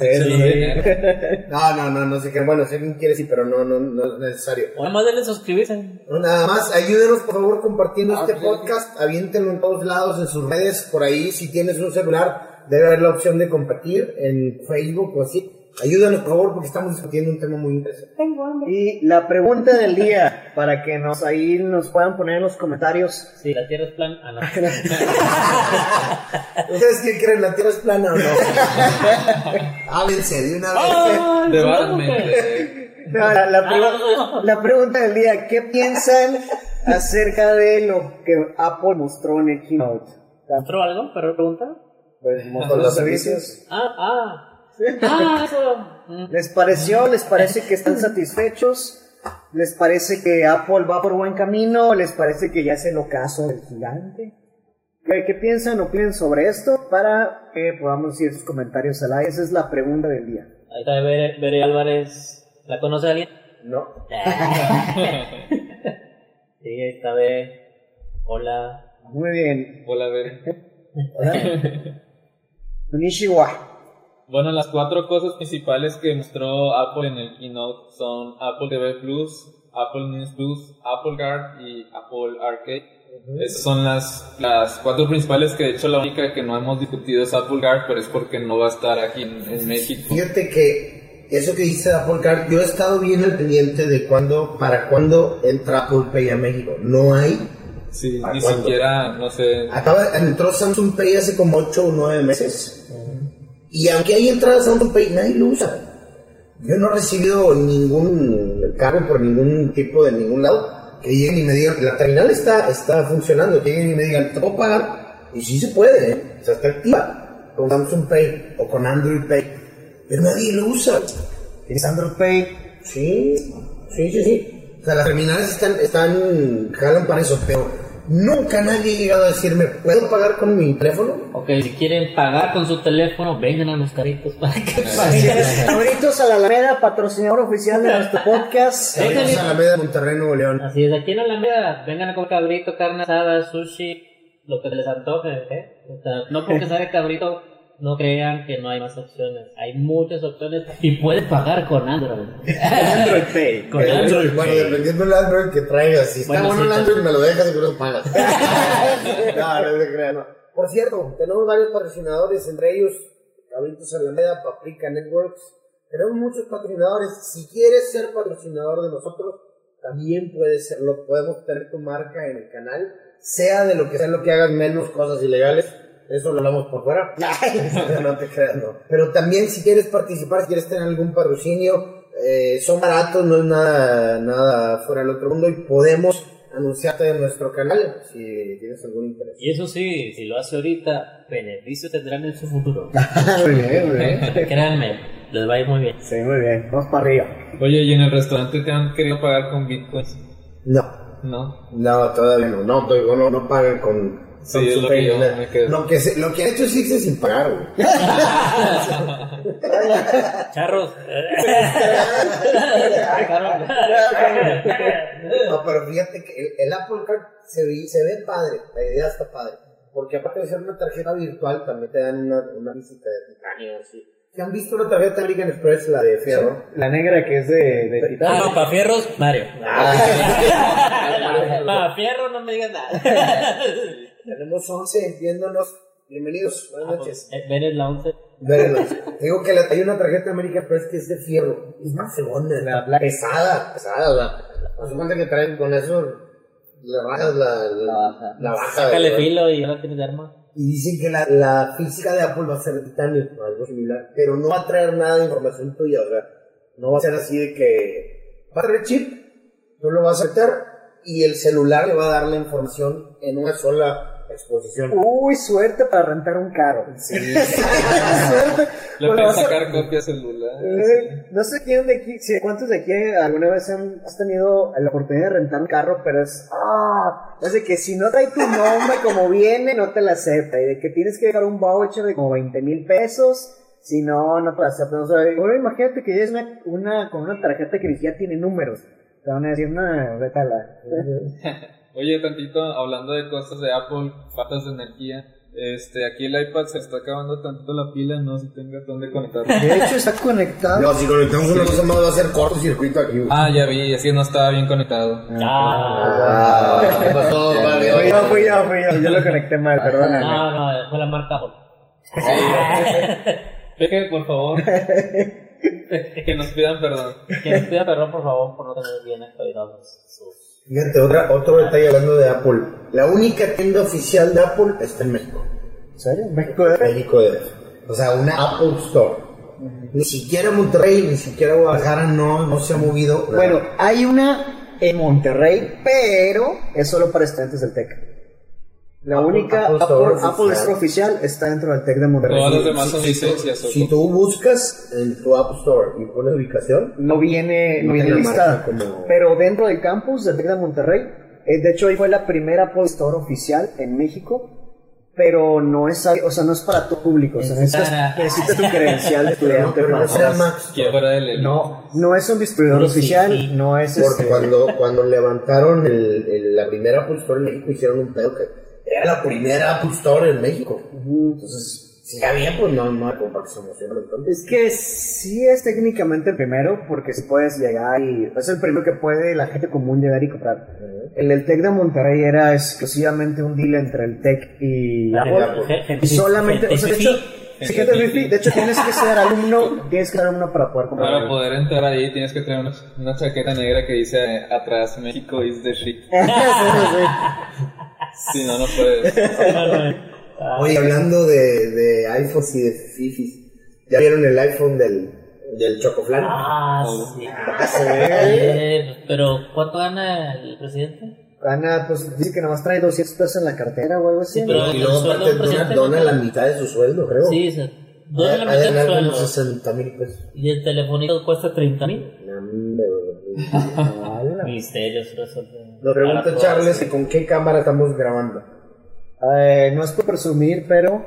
No sé qué. Bueno, si alguien quiere, sí, pero no es necesario. O nada más denle suscribirse. Nada más, ayúdenos por favor compartiendo este podcast, aviéntenlo en todos lados, en sus redes, por ahí, si tienes un celular, debe haber la opción de compartir en Facebook o así. Ayúdanos por favor porque estamos discutiendo un tema muy interesante. y la pregunta del día, para que nos puedan poner en los comentarios. Si la Tierra es plana, no. ¿Ustedes qué creen? ¿La Tierra es plana o no? Háblense de una vez. Debatamente. La pregunta del día, ¿qué piensan acerca de lo que Apple mostró en el keynote? ¿Mostró algo? ¿Pero pregunta? Pues mostró los servicios. Eso. ¿Les parece que están satisfechos? ¿Les parece que Apple va por buen camino? ¿Les parece que ya es el ocaso del gigante? ¿Qué piensan o opinen sobre esto? Para que podamos decir sus comentarios al aire. Esa es la pregunta del día. Ahí está Bere Álvarez. ¿La conoce alguien? No. Sí, ahí está Bere. Hola. Muy bien. Hola, Bere. Konnichiwa. Bueno, las 4 cosas principales que mostró Apple en el keynote son Apple TV Plus, Apple News Plus, Apple Guard y Apple Arcade. Esas son las 4 principales, que de hecho la única que no hemos discutido es Apple Guard, pero es porque no va a estar aquí en México. Fíjate que eso que dice Apple Card, yo he estado bien al pendiente de para cuándo entra Apple Pay a México. No hay. Sí, ni siquiera, no sé. Entró Samsung Pay hace como 8 o 9 meses. Y aunque hay entrada Samsung Pay, nadie lo usa. Yo no he recibido ningún cargo por ningún tipo de ningún lado. Que lleguen y me digan, la terminal está funcionando. Que lleguen y me digan, ¿te puedo pagar? Y sí se puede, ¿eh? O sea, está activa con Samsung Pay o con Android Pay. Pero nadie lo usa. ¿Es Android Pay? Sí. O sea, las terminales jalan para eso, pero nunca nadie ha llegado a decirme, ¿puedo pagar con mi teléfono? Ok, si quieren pagar con su teléfono, vengan a los carritos para que Cabritos a la Alameda, patrocinador oficial de nuestro podcast. Cabritos a la Alameda de Monterrey, Nuevo León. Así es, aquí en Alameda, vengan a comer cabrito, carne asada, sushi, lo que les antoje, ¿eh? O sea, no porque sabe cabrito, no crean que no hay más opciones. Hay muchas opciones y puedes pagar con Android. Android Pay. Con Android Bueno, Pay. dependiendo del Android que traigas. Si está bueno el Android, me lo dejas y con eso pagas. No se crean, no. Por cierto, tenemos varios patrocinadores, entre ellos Cabritos Alameda, Paprika Networks. Tenemos muchos patrocinadores. Si quieres ser patrocinador de nosotros, también puedes serlo. Podemos tener tu marca en el canal, sea de lo que sea lo que hagas, menos cosas ilegales. Eso lo hablamos por fuera. No te creas, no. Pero también si quieres participar, si quieres tener algún patrocinio, son baratos, no es nada fuera del otro mundo y podemos anunciarte en nuestro canal si tienes algún interés. Y eso sí, si lo hace ahorita, beneficios tendrán en su futuro. Muy bien. Créanme, les va a ir muy bien. Sí, muy bien. Vamos para arriba. Oye, ¿y en el restaurante te han querido pagar con Bitcoin? No, No. todavía no. No paguen Sí, es lo que yo me quedo. Lo que ha hecho Six es sin pagar, güey. Charros. No, pero fíjate que el Apple Card se ve padre, la idea está padre. Porque aparte de ser una tarjeta virtual, también te dan una visita de titanio, sí. ¿Se han visto una tarjeta American Express, la de fierro? La negra que es de titanio. No, para fierros, Mario. Para fierro no me digas nada. Tenemos 11 viéndonos. Bienvenidos, buenas noches. Ven es la 11. Digo que hay una tarjeta American Express que es de fierro. Es más segunda, pesada. No se cuenta que traen con eso, le bajas la baja. Sácale filo y ya la tienes de arma. Y dicen que la física de Apple va a ser de titanio o algo similar, pero no va a traer nada de información tuya, o sea, no va a ser así de que va a traer chip, tú lo vas a meter y el celular le va a dar la información en una sola exposición. Uy, suerte para rentar un carro. Sí. Suerte. Le pueden sacar copia celular. No sé quién de aquí, cuántos de aquí alguna vez has tenido la oportunidad de rentar un carro, pero es de que si no trae tu nombre como viene, no te la acepta, y de que tienes que dejar un voucher de como 20,000 pesos, si no, no te la acepta. O sea, ahora imagínate que ya es con una tarjeta que ni siquiera tiene números, te van a decir, vete a la... Oye, tantito, hablando de cosas de Apple, faltas de energía, aquí el iPad se está acabando tantito la pila, no sé si tengas dónde conectarlo. De hecho está conectado. No, si conectamos una cosa más va a ser cortocircuito aquí. Ya vi, es que no estaba bien conectado. ¿Qué pasó? Fui yo lo conecté mal, perdóname. No, fue la marca Apple. Peque, por favor. Que nos pidan perdón. Que nos pidan perdón, por favor, por no tener bien actualizados sus... Fíjate, otro detalle hablando de Apple. La única tienda oficial de Apple está en México. ¿En serio? ¿México de México de O sea, una Apple Store. Ni siquiera Monterrey, ni siquiera Guadalajara no se ha movido. Bueno, hay una en Monterrey, pero es solo para estudiantes del TEC. La única Apple Store oficial está dentro del TEC de Monterrey. Todas las demás son licencias. Si tú buscas en tu App Store y pones ubicación, no viene listada. Pero dentro del campus del TEC de Monterrey, de hecho ahí fue la primera Apple Store oficial en México, pero no es para todo público. O sea, necesitas tu credencial de estudiante. pero no se llama. No es un distribuidor oficial, no es porque cuando levantaron la primera Apple Store en México hicieron un pedo que era la primera Apple Store en México. Entonces, si ya bien, pues no hay como que se emociona. Es que sí es técnicamente el primero, porque si puedes llegar y es el primero que puede la gente común llegar y comprar. El TEC de Monterrey era exclusivamente un deal entre el TEC y Apple. Solamente, de hecho tienes que ser alumno para poder comprar. Para poder entrar ahí tienes que tener una chaqueta negra que dice atrás México is the shit. Si no puedes. Oye, hablando de iPhones y de fifis, ¿ya vieron el iPhone del Chocoflan? Sí. Pero ¿cuánto gana el presidente? Gana, pues dice que nomás trae 200 pesos en la cartera o algo así. Sí, pero y luego aparte dona la mitad de su sueldo, creo. Sí, dona la mitad de su sueldo. 60,000 pesos. Y el telefonito cuesta 30,000. Misterios. Nos pregunta Charles con qué cámara estamos grabando. No es por presumir, pero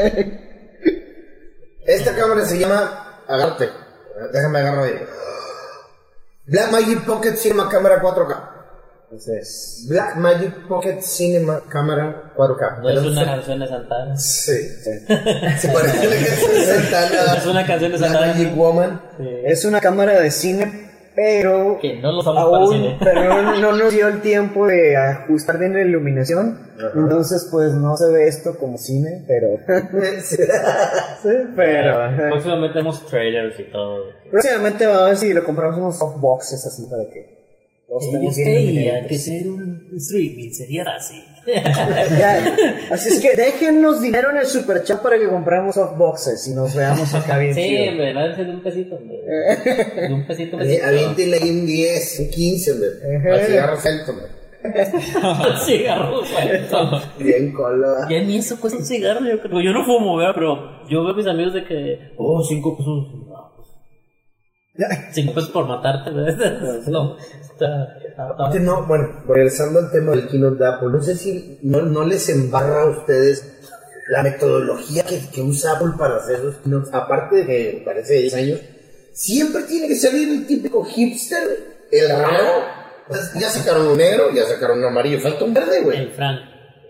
esta cámara se llama, agárrate, déjame agarrar ahí, Blackmagic Pocket Cinema Cámara 4K. Entonces, Blackmagic Pocket Cinema Cámara 4K. No es una canción de Santana. Sí. Se parece a la canción de Santana. Es una canción de Santana. Blackmagic Woman. Es una cámara de cine, pero que no lo usamos para cine. Pero no nos dio el tiempo de ajustar bien la iluminación. Entonces pues no se ve esto como cine, pero sí, pero próximamente tenemos trailers y todo. Próximamente vamos a ver si lo compramos unos softboxes así para que que ser un streaming sería así. Así es que déjennos dinero en el super chat para que compramos softboxes y nos veamos acá bien. Sí, hombre, lánce de un pesito, hombre. De un pesito. Aviéntele ahí un 10, un 15, hombre. Al cigarro Felton, hombre. Cigarro Felton. Bien cola. Ya ni eso cuesta un cigarro, yo creo. Yo no fumo, pero yo veo a mis amigos de que, 5 pesos. 5 pesos por matarte, no, está. No, bueno, regresando al tema del keynote de Apple, no sé si no les embarra a ustedes la metodología que usa Apple para hacer sus keynotes, aparte de que parece 10 años, siempre tiene que salir el típico hipster, el raro. O sea, ya sacaron un negro, ya sacaron un amarillo, falta un verde, güey. El Frank.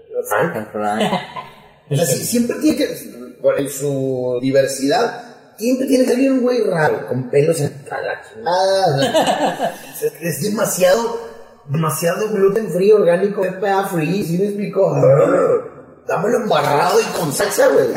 O sea, siempre tiene que, en su diversidad, siempre tiene que salir un güey raro, con pelos en la chingada. Es demasiado gluten free, orgánico, BPA free, ¿sí me explico? Dámelo embarrado y con salsa, güey.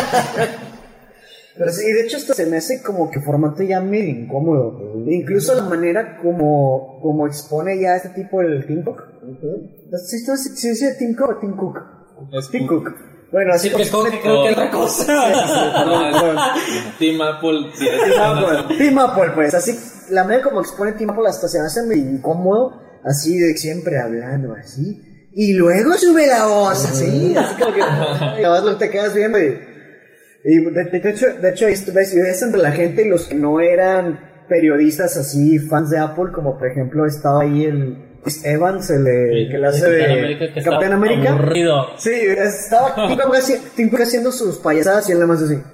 Pero sí, de hecho esto se me hace como que formato ya medio incómodo. Incluso la manera como expone ya este tipo el Tim Cook. ¿Sí dice Tim Cook o Tim Cook? Es Tim Cook. Bueno, así que creo que otra cosa. No, es Team Apple. Sí, Team Apple, pues. Así, la manera como expone Team Apple hasta se me hace medio incómodo. Así de siempre hablando, así. Y luego sube la voz, así. Así como que lo te quedas viendo y de hecho ves entre la gente y los que no eran periodistas así, fans de Apple, como por ejemplo estaba ahí el Evans, que le hace de Capitán América. Aburrido. Sí, estaba Tim Cook haciendo sus payasadas y él nada más así.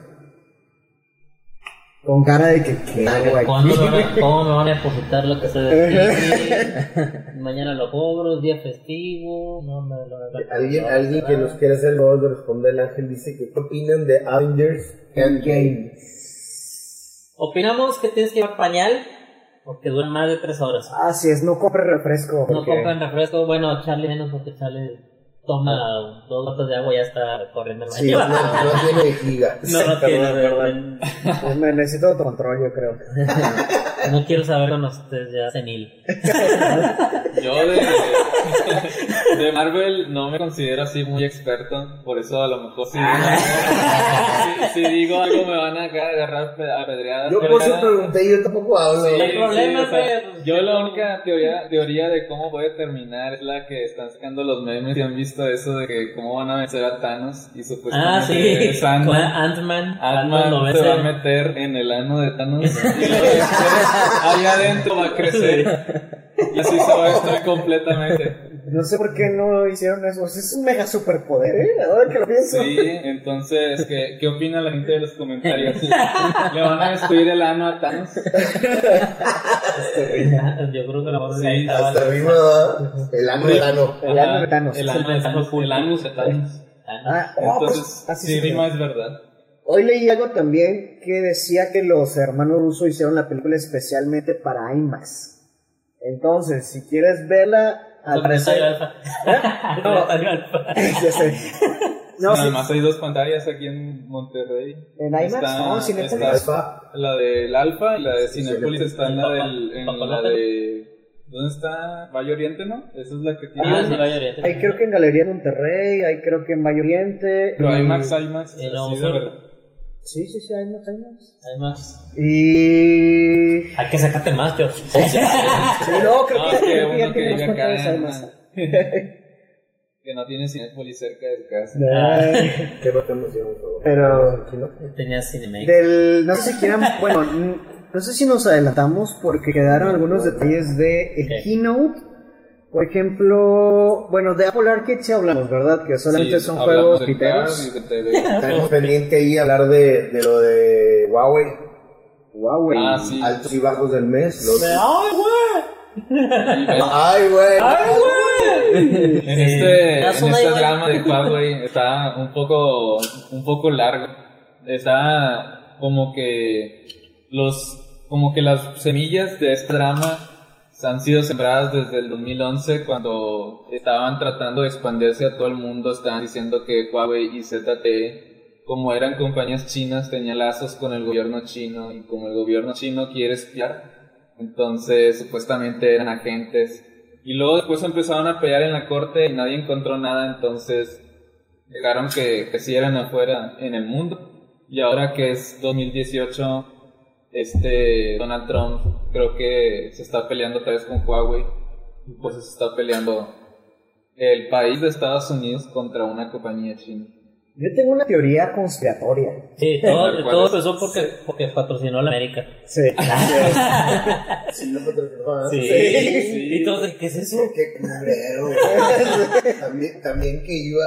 Con cara de que hago aquí. ¿Cómo me van a depositar lo que se despide? Mañana lo cobro, día festivo. No me lo Alguien que nos quiera hacer el favor de responder, el Ángel dice que ¿qué opinan de Avengers Endgame? Opinamos que tienes que llevar pañal porque duran más de 3 horas. Así es, no compre refresco. No compren refresco. Bueno, Charlie menos porque Charlie toma 2 gotas de agua y ya está corriendo el baño. Sí, no tiene giga. No tiene. Pues me necesito autocontrol, yo creo. No quiero saber cuando estés ya senil. Yo de Marvel no me considero así muy experto, por eso a lo mejor si digo algo me van a agarrar a pedreadas. Yo por eso pregunté, yo tampoco hablo. Sí, no hay problema, o sea, yo la única teoría de cómo puede terminar es la que están sacando los memes y han visto eso de que cómo van a vencer a Thanos y supuestamente sí. Ant-Man se va a meter en el ano de Thanos y luego ahí adentro va a crecer y así se va a destruir completamente. No sé por qué no hicieron eso. Es un mega superpoder, ahora que lo pienso. Sí, entonces, ¿qué opina la gente de los comentarios? ¿Le van a destruir el ano a Thanos? Yo creo que la voz sí, hasta arriba el ano de Thanos. El ano de Thanos. El anus de Thanos. Entonces, pues, sí, Rima es verdad. Hoy leí algo también que decía que los hermanos rusos hicieron la película especialmente para IMAX. Entonces, si quieres verla al Alfa. Ya sé. No, además hay 2 pantallas aquí en Monterrey. ¿En IMAX? No, Cinépolis. La del Alfa y la de Cinépolis está en la de... ¿Dónde está? Valle Oriente, ¿no? Esa es la que tiene. Sí, Valle Oriente. Hay creo que en Galería Monterrey, hay creo que en Valle Oriente. Pero IMAX. Sí, de verdad. Sí, IMAX. Y... Hay que sacarte más, tío. Sí, no, creo que uno que vive acá en que no tiene Cinépolis cerca de su casa. Qué emoción. Pero... Tenía Cinemex. No sé si quieran... Bueno, no sé si nos adelantamos porque quedaron algunos detalles de el keynote. Por ejemplo, bueno, de Apple Arcade sí hablamos, ¿verdad? Que solamente son juegos piteros. Tenemos pendiente ahí hablar de lo de Huawei. Sí. Altos y bajos del mes. ¡Ay, güey! En este drama de Huawei está un poco largo. Está como que las semillas de este drama han sido sembradas desde el 2011 cuando estaban tratando de expandirse a todo el mundo. Estaban diciendo que Huawei y ZTE, como eran compañías chinas, tenían lazos con el gobierno chino, y como el gobierno chino quiere espiar, entonces supuestamente eran agentes. Y luego después empezaron a pelear en la corte y nadie encontró nada, entonces dejaron que siguieran afuera en el mundo. Y ahora que es 2018, Donald Trump creo que se está peleando otra vez con Huawei, y pues se está peleando el país de Estados Unidos contra una compañía china. Yo tengo una teoría conspiratoria. Sí, todo empezó porque patrocinó la América. Sí. Sí, no patrocinó. Sí. Y todos, ¿qué es eso? Qué culero. También que iba.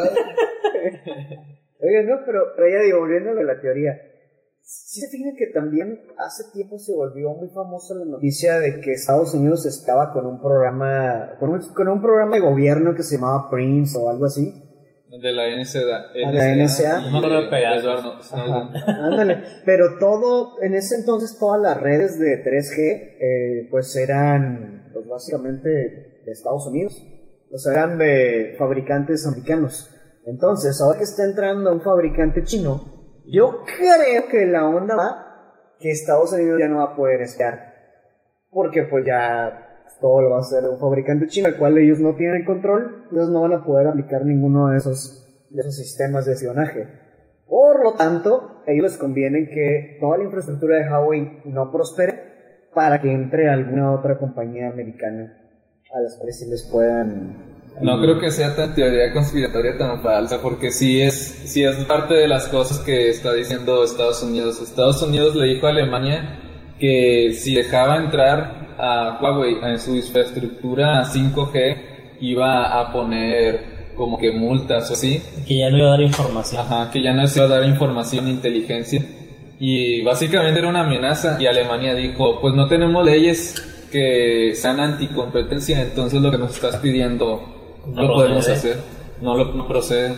Oye, no, pero ya digo, volviendo a la teoría. Sí se fijan que también hace tiempo se volvió muy famosa la noticia de que Estados Unidos estaba con un programa, con un programa de gobierno que se llamaba Prince o algo así. De la NSA. La NSA. No me acuerdo de pegar. Ándale. Pero en ese entonces todas las redes de 3G, pues eran, pues básicamente de Estados Unidos. O sea, eran de fabricantes americanos. Entonces, ahora que está entrando un fabricante chino, yo creo que la onda va que Estados Unidos ya no va a poder espiar. Porque pues ya todo lo va a hacer un fabricante chino, al cual ellos no tienen control, ellos no van a poder aplicar ninguno de esos sistemas de espionaje. Por lo tanto, a ellos les conviene que toda la infraestructura de Huawei no prospere para que entre alguna otra compañía americana a las cuales sí les puedan... No creo que sea tan teoría conspiratoria tan falsa, porque sí es parte de las cosas que está diciendo Estados Unidos. Estados Unidos le dijo a Alemania que si dejaba entrar a Huawei en su infraestructura 5G iba a poner como que multas o así. Que ya no iba a dar información. Ajá, que ya no se iba a dar información e inteligencia. Y básicamente era una amenaza. Y Alemania dijo, pues no tenemos leyes que sean anticompetencia, entonces lo que nos estás pidiendo no lo podemos hacer. No procede.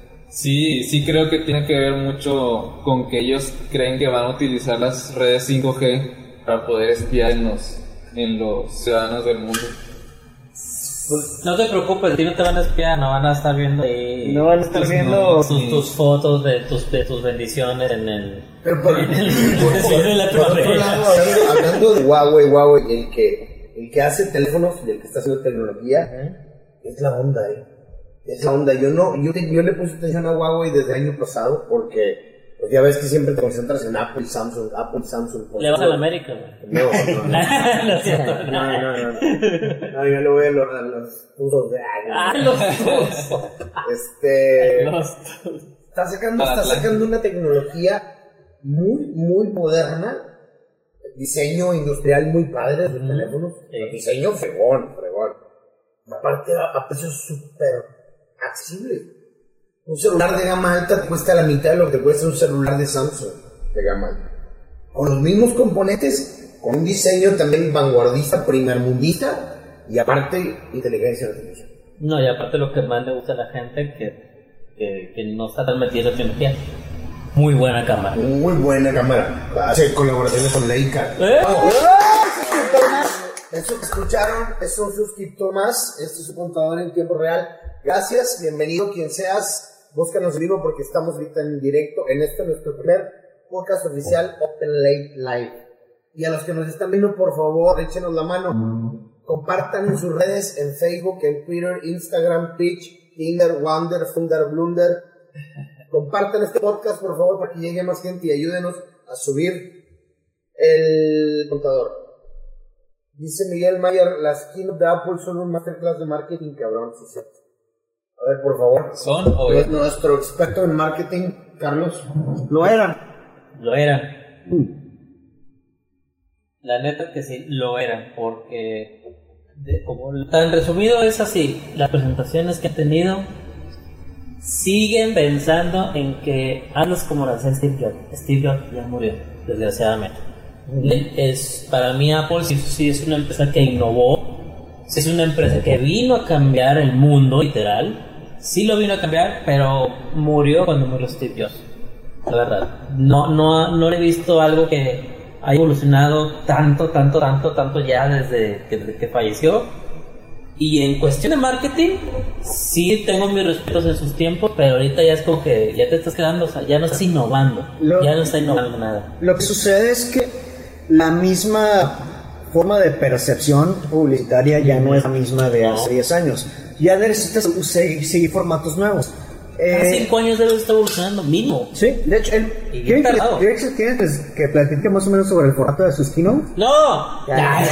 Sí creo que tiene que ver mucho con que ellos creen que van a utilizar las redes 5G para poder espiar en los ciudadanos del mundo. No te preocupes, a ti no te van a espiar, no van a estar viendo no van a estar viendo tus fotos de tus bendiciones en el... Pero por otro lado, hablando de Huawei, el que hace teléfonos y el que está haciendo tecnología, es la onda, es la onda. Yo le puse atención a Huawei desde el año pasado porque pues ya ves que siempre te concentras en Apple, Samsung. Le vas a la América, güey. No. No es cierto. No, yo le voy a los usos de Está sacando una tecnología muy, muy moderna, diseño industrial muy padre de sus teléfonos, diseño fregón. Aparte a precios súper accesibles. Un celular de gama alta te cuesta la mitad de lo que cuesta un celular de Samsung de gama alta. Con los mismos componentes, con un diseño también vanguardista, primermundista y aparte inteligencia artificial. No, y aparte lo que más le gusta a la gente que no está tan metida en tecnología. Muy buena cámara. Muy buena cámara. Hace colaboraciones con Leica. Eso que escucharon es un suscriptor más. Este es su contador en tiempo real. Gracias, bienvenido quien seas. Búscanos en vivo porque estamos ahorita en directo en nuestro primer podcast oficial Open Late Live. Y a los que nos están viendo, por favor, échenos la mano. Compartan en sus redes, en Facebook, en Twitter, Instagram, Twitch, Tinder, Wonder, Thunder, Blunder. Compartan este podcast, por favor, para que llegue más gente y ayúdenos a subir el contador. Dice Miguel Mayer, las keynote de Apple son un masterclass de marketing, cabrón, sí, sí. A ver, por favor. ¿Son o es nuestro experto en marketing, Carlos? Lo eran. La neta que sí, lo eran, porque como tan resumido es así, las presentaciones que han tenido siguen pensando en que andas como la de Steve Jobs. Steve Jobs ya murió, desgraciadamente. Para mí Apple sí es una empresa que innovó, sí es una empresa que vino a cambiar el mundo, literal. Sí lo vino a cambiar, pero murió cuando murió Steve Jobs. La verdad, no he visto algo que haya evolucionado tanto ya desde que falleció. Y en cuestión de marketing, sí tengo mis respetos en sus tiempos, pero ahorita ya es como que ya te estás quedando, o sea, ya no estás innovando, ya no está innovando nada. Lo que sucede es que la misma forma de percepción publicitaria ya no es la misma de hace 10 años. Ya necesitas seguir formatos nuevos. Cada 5 años debe estar evolucionando, mínimo. Sí, de hecho, ¿tienes que platicar más o menos sobre el formato de sus keynotes? ¡No!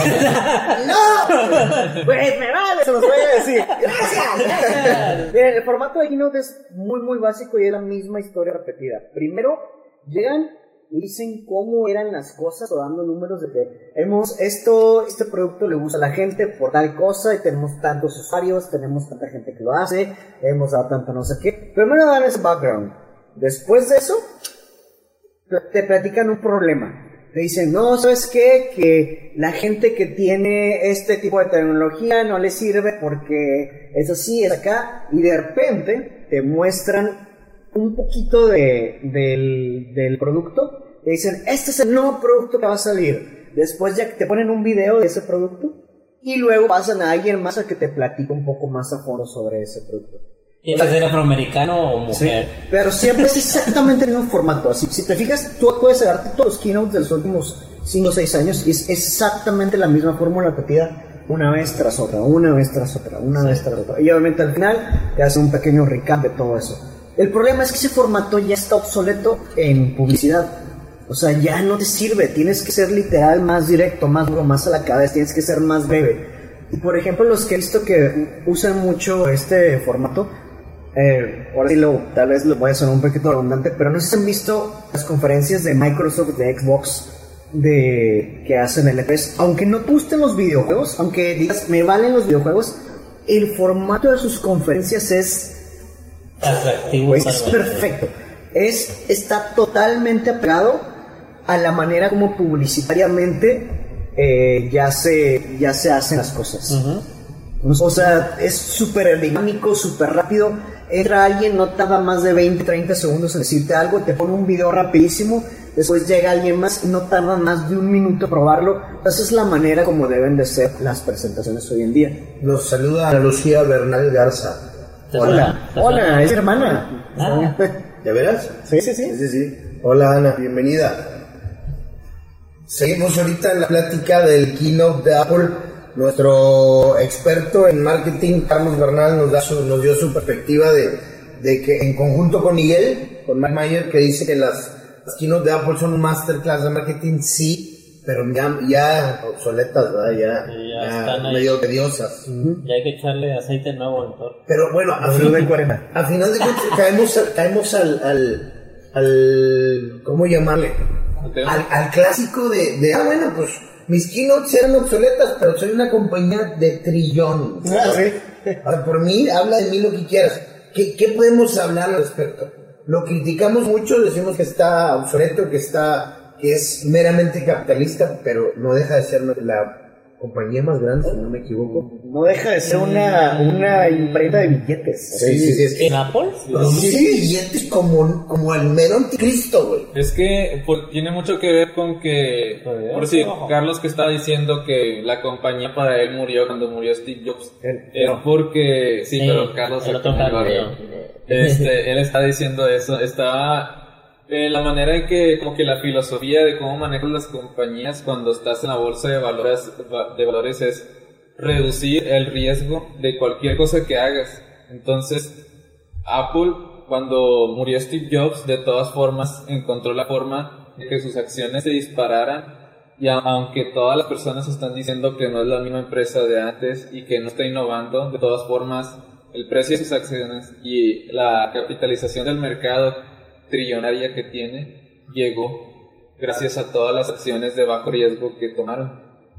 ¡No! Pues me vale, se los voy a decir. Gracias. Miren, el formato de keynote es muy básico y es la misma historia repetida. Primero, llegan y dicen cómo eran las cosas o dando números de que este producto le gusta a la gente por tal cosa y tenemos tantos usuarios, tenemos tanta gente que lo hace, hemos dado tanto no sé qué. Primero dan ese background. Después de eso, te platican un problema. Te dicen, no, ¿sabes qué? Que la gente que tiene este tipo de tecnología no le sirve porque es así, es acá. Y de repente te muestran un poquito del producto. Te dicen, este es el nuevo producto que va a salir. Después ya te ponen un video de ese producto. Y luego pasan a alguien más a que te platique un poco más a fondo sobre ese producto. ¿Tiene que ser afroamericano o mujer? Sí, pero siempre es exactamente el mismo formato. Así, si te fijas, tú puedes agarrarte todos los keynotes de los últimos 5 o 6 años y es exactamente la misma fórmula repetida una vez tras otra. Y obviamente al final te hace un pequeño recap de todo eso. El problema es que ese formato ya está obsoleto en publicidad. O sea, ya no te sirve. Tienes que ser literal más directo, más duro, más a la cabeza. Tienes que ser más breve. Y por ejemplo, los que he visto que usan mucho este formato, ahora sí tal vez lo voy a sonar un poquito redundante, pero no sé si han visto las conferencias de Microsoft, de Xbox, que hacen el E3. Aunque no te gusten los videojuegos, aunque digas, me valen los videojuegos, el formato de sus conferencias es atractivo, es perfecto. Está totalmente apegado a la manera como publicitariamente ya se hacen las cosas. O sea, es súper dinámico, súper rápido. Entra alguien, no tarda más de 20-30 segundos en decirte algo, te pone un video rapidísimo, después llega alguien más y no tarda más de 1 minuto probarlo. Esa es la manera como deben de ser las presentaciones hoy en día. Nos saluda Ana Lucía Bernal Garza. Hola, es mi hermana. ¿De veras? Sí. Hola Ana, bienvenida. Seguimos ahorita en la plática del keynote de Apple. Nuestro experto en marketing, Carlos Bernal, nos dio su perspectiva de que en conjunto con Miguel, con Mike Mayer, que dice que las keynote de Apple son un masterclass de marketing, sí, pero ya obsoletas, ¿verdad? Ya medio tediosas. Ya hay que echarle aceite nuevo en todo. Pero bueno, a final de cuentas caemos al ¿cómo llamarle? Al clásico de bueno, pues mis keynotes eran obsoletas, pero soy una compañía de trillones. Ahora, por mí, habla de mí lo que quieras. ¿Qué podemos hablar al respecto? Lo criticamos mucho, decimos que está obsoleto, que es meramente capitalista, pero no deja de ser la compañía más grande, si no me equivoco. No deja de ser una imprenta de billetes. Sí. ¿En Apple? Sí, billetes como el mero anticristo, güey. Es que tiene mucho que ver con que, por si Carlos que estaba diciendo que la compañía para él murió cuando murió Steve Jobs, es porque, pero Carlos el otro Carlos, él está diciendo eso, la manera en que, como que la filosofía de cómo manejan las compañías cuando estás en la bolsa de valores es reducir el riesgo de cualquier cosa que hagas. Entonces, Apple, cuando murió Steve Jobs, de todas formas encontró la forma de que sus acciones se dispararan, y aunque todas las personas están diciendo que no es la misma empresa de antes y que no está innovando, de todas formas el precio de sus acciones y la capitalización del mercado trillonaria que tiene llegó gracias a todas las acciones de bajo riesgo que tomaron.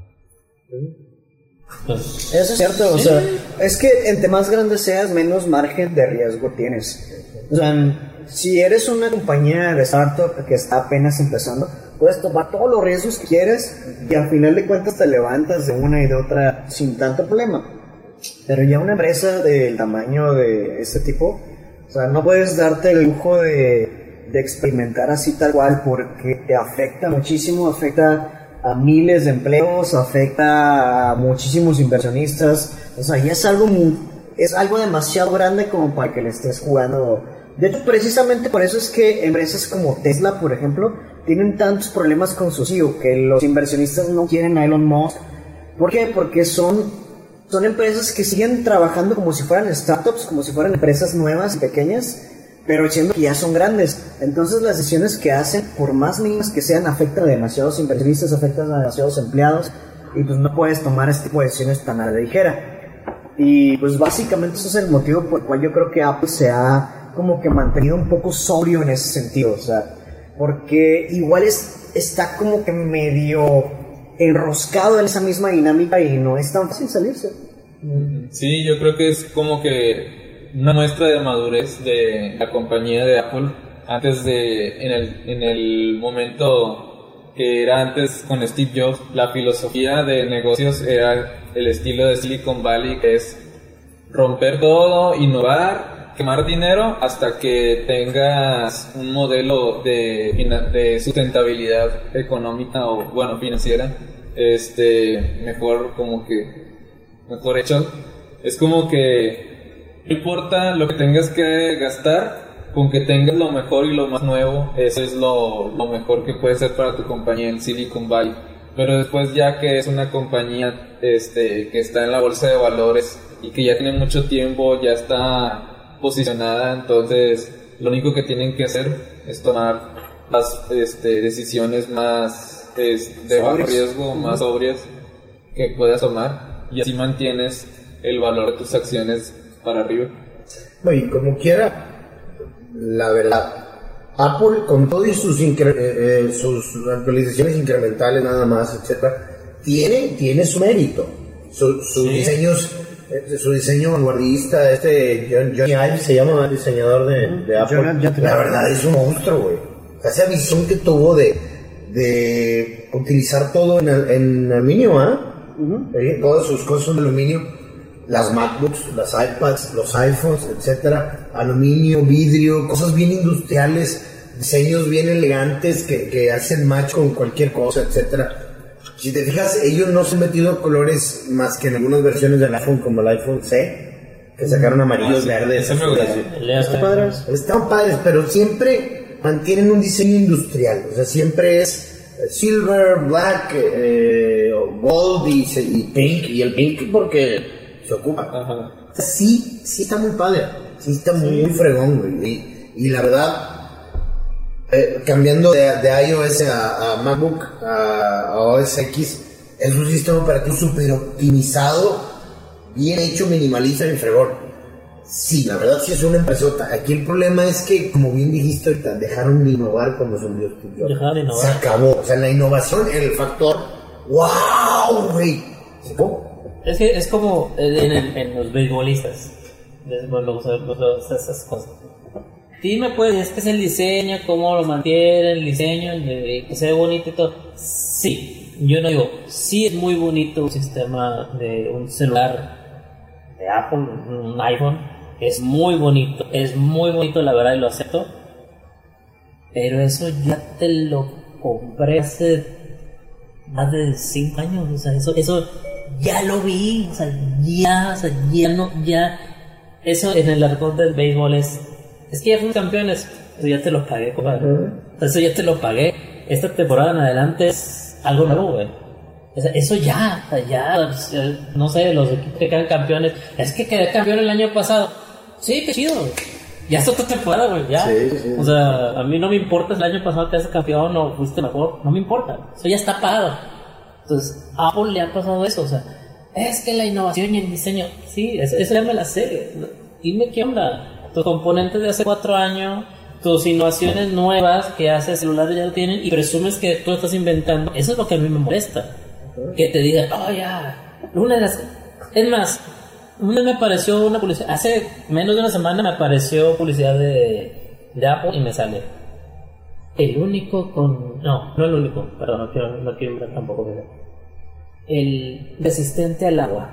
Eso es cierto, o sea, es que entre más grande seas, menos margen de riesgo tienes. O sea, si eres una compañía de startup que está apenas empezando, puedes tomar todos los riesgos que quieres y al final de cuentas te levantas de una y de otra sin tanto problema. Pero ya una empresa del tamaño de este tipo, o sea, no puedes darte el lujo de experimentar así tal cual, porque te afecta muchísimo, afecta a miles de empleos, afecta a muchísimos inversionistas. O sea, ya es algo demasiado grande como para que le estés jugando. De hecho, precisamente por eso es que empresas como Tesla, por ejemplo, tienen tantos problemas con su CEO, que los inversionistas no quieren a Elon Musk. ¿Por qué? Porque son empresas que siguen trabajando como si fueran startups, como si fueran empresas nuevas y pequeñas, pero siendo que ya son grandes. Entonces las decisiones que hacen, por más mínimas que sean, afectan a demasiados inversionistas, afectan a demasiados empleados, y pues no puedes tomar este tipo de decisiones tan a la ligera. Y pues básicamente eso es el motivo por el cual yo creo que Apple se ha como que mantenido un poco sobrio en ese sentido, o sea, porque igual está como que medio enroscado en esa misma dinámica y no es tan fácil salirse. Sí, yo creo que es como que una muestra de madurez de la compañía de Apple antes de, en el momento que era antes con Steve Jobs. La filosofía de negocios era el estilo de Silicon Valley, que es romper todo, innovar, quemar dinero hasta que tengas un modelo de sustentabilidad económica o, bueno, financiera, mejor hecho. Es como que no importa lo que tengas que gastar, con que tengas lo mejor y lo más nuevo, eso es lo mejor que puede ser para tu compañía en Silicon Valley. Pero después, ya que es una compañía que está en la bolsa de valores y que ya tiene mucho tiempo, ya está posicionada, entonces lo único que tienen que hacer es tomar las decisiones más de bajo riesgo, más sobrias que puedas tomar, y así mantienes el valor de tus acciones para arriba. Y como quiera, la verdad, Apple, con todo y sus actualizaciones incrementales nada más, etcétera, tiene su mérito. Sus diseños, su diseño vanguardista, Johnny Ive se llama el diseñador de Apple. La verdad es un monstruo, güey. Esa visión que tuvo de utilizar todo en aluminio, todas sus cosas son de aluminio. Las MacBooks, las iPads, los iPhones, etcétera, aluminio, vidrio, cosas bien industriales, diseños bien elegantes que hacen match con cualquier cosa, etcétera. Si te fijas, ellos no se han metido colores más que en algunas versiones del iPhone, como el iPhone C, que sacaron amarillos, verdes. Están padres, pero siempre mantienen un diseño industrial, o sea, siempre es silver, black, gold y pink, y el pink porque se ocupa. Ajá. Sí está muy padre, sí está muy fregón, güey. Y la verdad, cambiando de iOS a MacBook, a OS X, es un sistema operativo súper optimizado, bien hecho, minimalista y fregón. Sí, la verdad sí es una empresota. Aquí el problema es que, como bien dijiste ahorita, dejaron de innovar cuando se murió Steve Jobs. Dejaron de innovar. Se acabó. O sea, la innovación, el factor, ¡wow, güey! Se acabó. Es que es como en los beisbolistas, esas cosas. Dime pues, es que es el diseño, cómo lo mantienen, el diseño, que se ve bonito y todo. Sí, yo no digo, sí es muy bonito un sistema de un celular de Apple, un iPhone, es muy bonito, la verdad, y lo acepto. Pero eso ya te lo compré hace más de 5 años, o sea, eso ya lo vi, o sea, eso en el argot del béisbol es que ya fuimos campeones, eso ya te lo pagué, compadre. Eso ya te lo pagué. Esta temporada en adelante es algo nuevo, güey. O sea, eso ya, no sé, los equipos que quedan campeones, es que quedé campeón el año pasado. Sí, qué chido, güey. Ya es otra temporada, güey, ya. Sí. O sea, a mí no me importa si el año pasado quedaste campeón o fuiste mejor, no me importa. Eso ya está pagado. Entonces, a Apple le ha pasado eso, o sea, es que la innovación y el diseño, sí, eso ya me la sé. Dime qué onda. Tus componentes de hace 4 años, tus innovaciones nuevas que hace celulares ya lo tienen y presumes que tú estás inventando. Eso es lo que a mí me molesta. Que te digan, es más, una vez me apareció una publicidad, hace menos de una semana me apareció publicidad de Apple y me sale el único no el único, perdón, no quiero ver tampoco, el resistente al agua.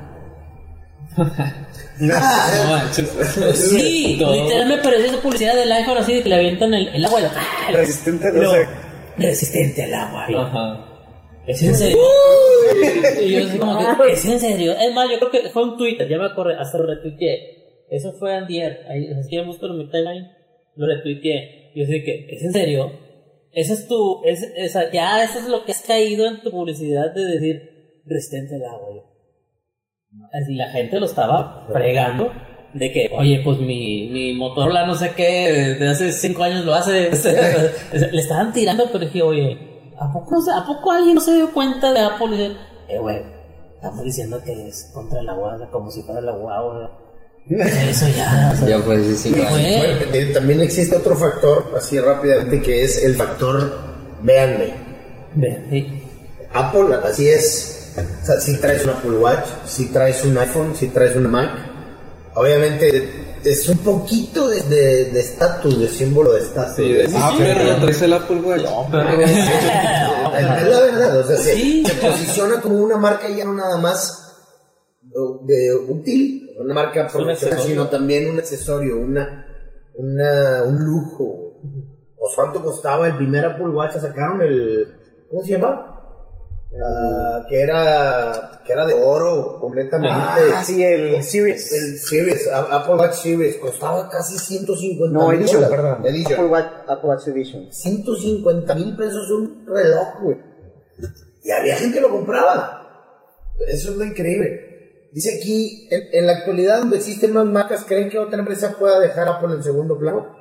No manches. Sí, literal me apareció esa publicidad del iPhone así de que le avientan el agua y resistente al agua. Ajá. ¿Es en serio? Y yo así como que, ¿es en serio? Es más, yo creo que fue un Twitter, ya me acordé, hasta lo retuiteé. Eso fue antier, ahí, si ya busco en mi timeline, lo retuiteé. Yo así que, ¿es en serio? Eso es eso es lo que has caído en tu publicidad de decir resistente al agua. Así la gente lo estaba fregando de que, oye, pues mi Motorola no sé qué, de hace 5 años lo hace, le estaban tirando, pero dije, oye, ¿a poco alguien no se dio cuenta de Apple? Y dice, güey, estamos diciendo que es contra la UAS, como si fuera la UAS, eso ya, o sea, Ya fue hace 5 años. Bueno, también existe otro factor, así rápidamente, que es el factor, véanme. sí. Apple, así es. O sea, si traes un Apple Watch, si traes un iPhone, si traes una Mac, obviamente es un poquito de estatus, de símbolo de estatus. Sí, pero traes el Apple Watch. No, pero... Es la verdad, o sea, se posiciona como una marca ya no nada más de útil, una marca profesional, sino también un accesorio, un lujo. ¿O cuánto costaba el primer Apple Watch? Sacaron ¿cómo se llama? Que era de oro completamente. Sí, el Series. El Series, Apple Watch Series, costaba casi 150 No, mil Edition, dólares. perdón. Edition. Apple Watch Edition. 150 mil pesos un reloj, güey. Y había gente que lo compraba. Eso es lo increíble. Dice aquí, en la actualidad donde existen más marcas, ¿creen que otra empresa pueda dejar Apple en segundo plano?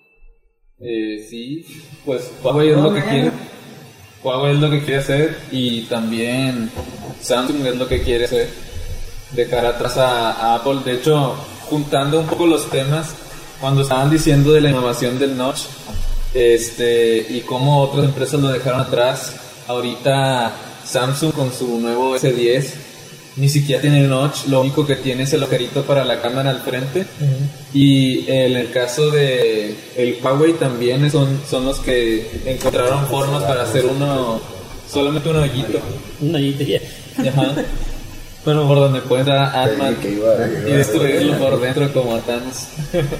Sí, pues Huawei es lo que quiere. Huawei es lo que quiere hacer y también Samsung es lo que quiere hacer, dejar atrás a Apple. De hecho, juntando un poco los temas, cuando estaban diciendo de la innovación del Notch y cómo otras empresas lo dejaron atrás, ahorita Samsung con su nuevo S10 ni siquiera tiene Notch, lo único que tiene es el agujerito para la cámara al frente. Y en el caso de el Huawei también son los que encontraron formas para hacer solamente un hoyito. Un hoyito ya. Ajá. Bueno, por donde puedes dar Ant-Man y destruirlo por dentro como a Thanos.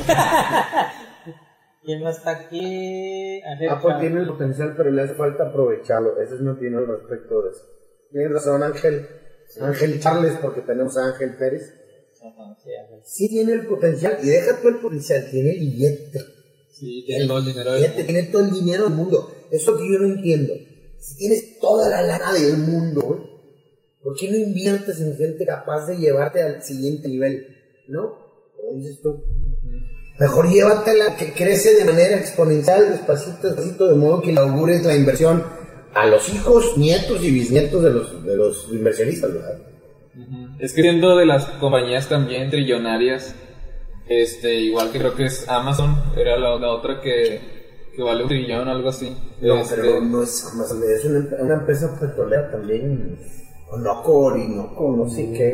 ¿Quién más está aquí? Apple tiene el potencial, pero le hace falta aprovecharlo. Esa es mi opinión al respecto de eso. Tienes razón, Ángel Charles, porque tenemos a Ángel Pérez. Sí tiene el potencial, y deja tú el potencial, tiene el billete. Sí, tiene todo el dinero del mundo. Tiene todo el dinero del mundo. Eso que yo no entiendo. Si tienes toda la lana del mundo, ¿eh? ¿Por qué no inviertes en gente capaz de llevarte al siguiente nivel? ¿No? Como dices tú. Mejor llévatela, que crece de manera exponencial, despacito, de modo que le augures la inversión a los hijos, nietos y bisnietos de los inversionistas, ¿verdad? Es que siendo de las compañías también trillonarias, igual que creo que es Amazon, era la otra que vale $1 trillón o algo así. No, pero no es Amazon, es una empresa petrolera también, Orinoco, no sé qué.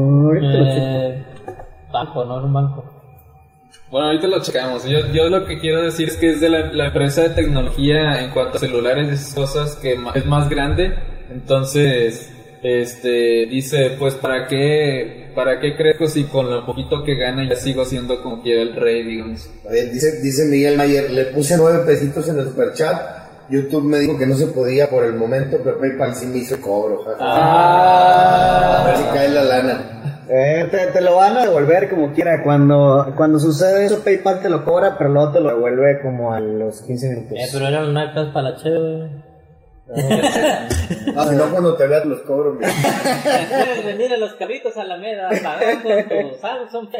Banco, no es un banco. Bueno, ahorita lo checamos. Yo lo que quiero decir es que es de la empresa de tecnología en cuanto a celulares y esas cosas que es más grande. Entonces, dice, pues ¿para qué crezco si con lo poquito que gana ya sigo siendo como quiera el rey, digamos? A ver, dice Miguel Mayer, le puse 9 pesitos en el superchat. YouTube me dijo que no se podía por el momento, pero PayPal sí me hizo cobro. A ver si cae la lana. Te lo van a devolver como quiera. Cuando sucede eso, PayPal te lo cobra, pero luego te lo devuelve como a los 15 minutos. Pero eran unas iPads para la chévere. Si no, cuando te veas los cobros. Puedes venir a los carritos Alameda, pagar con tu Samsung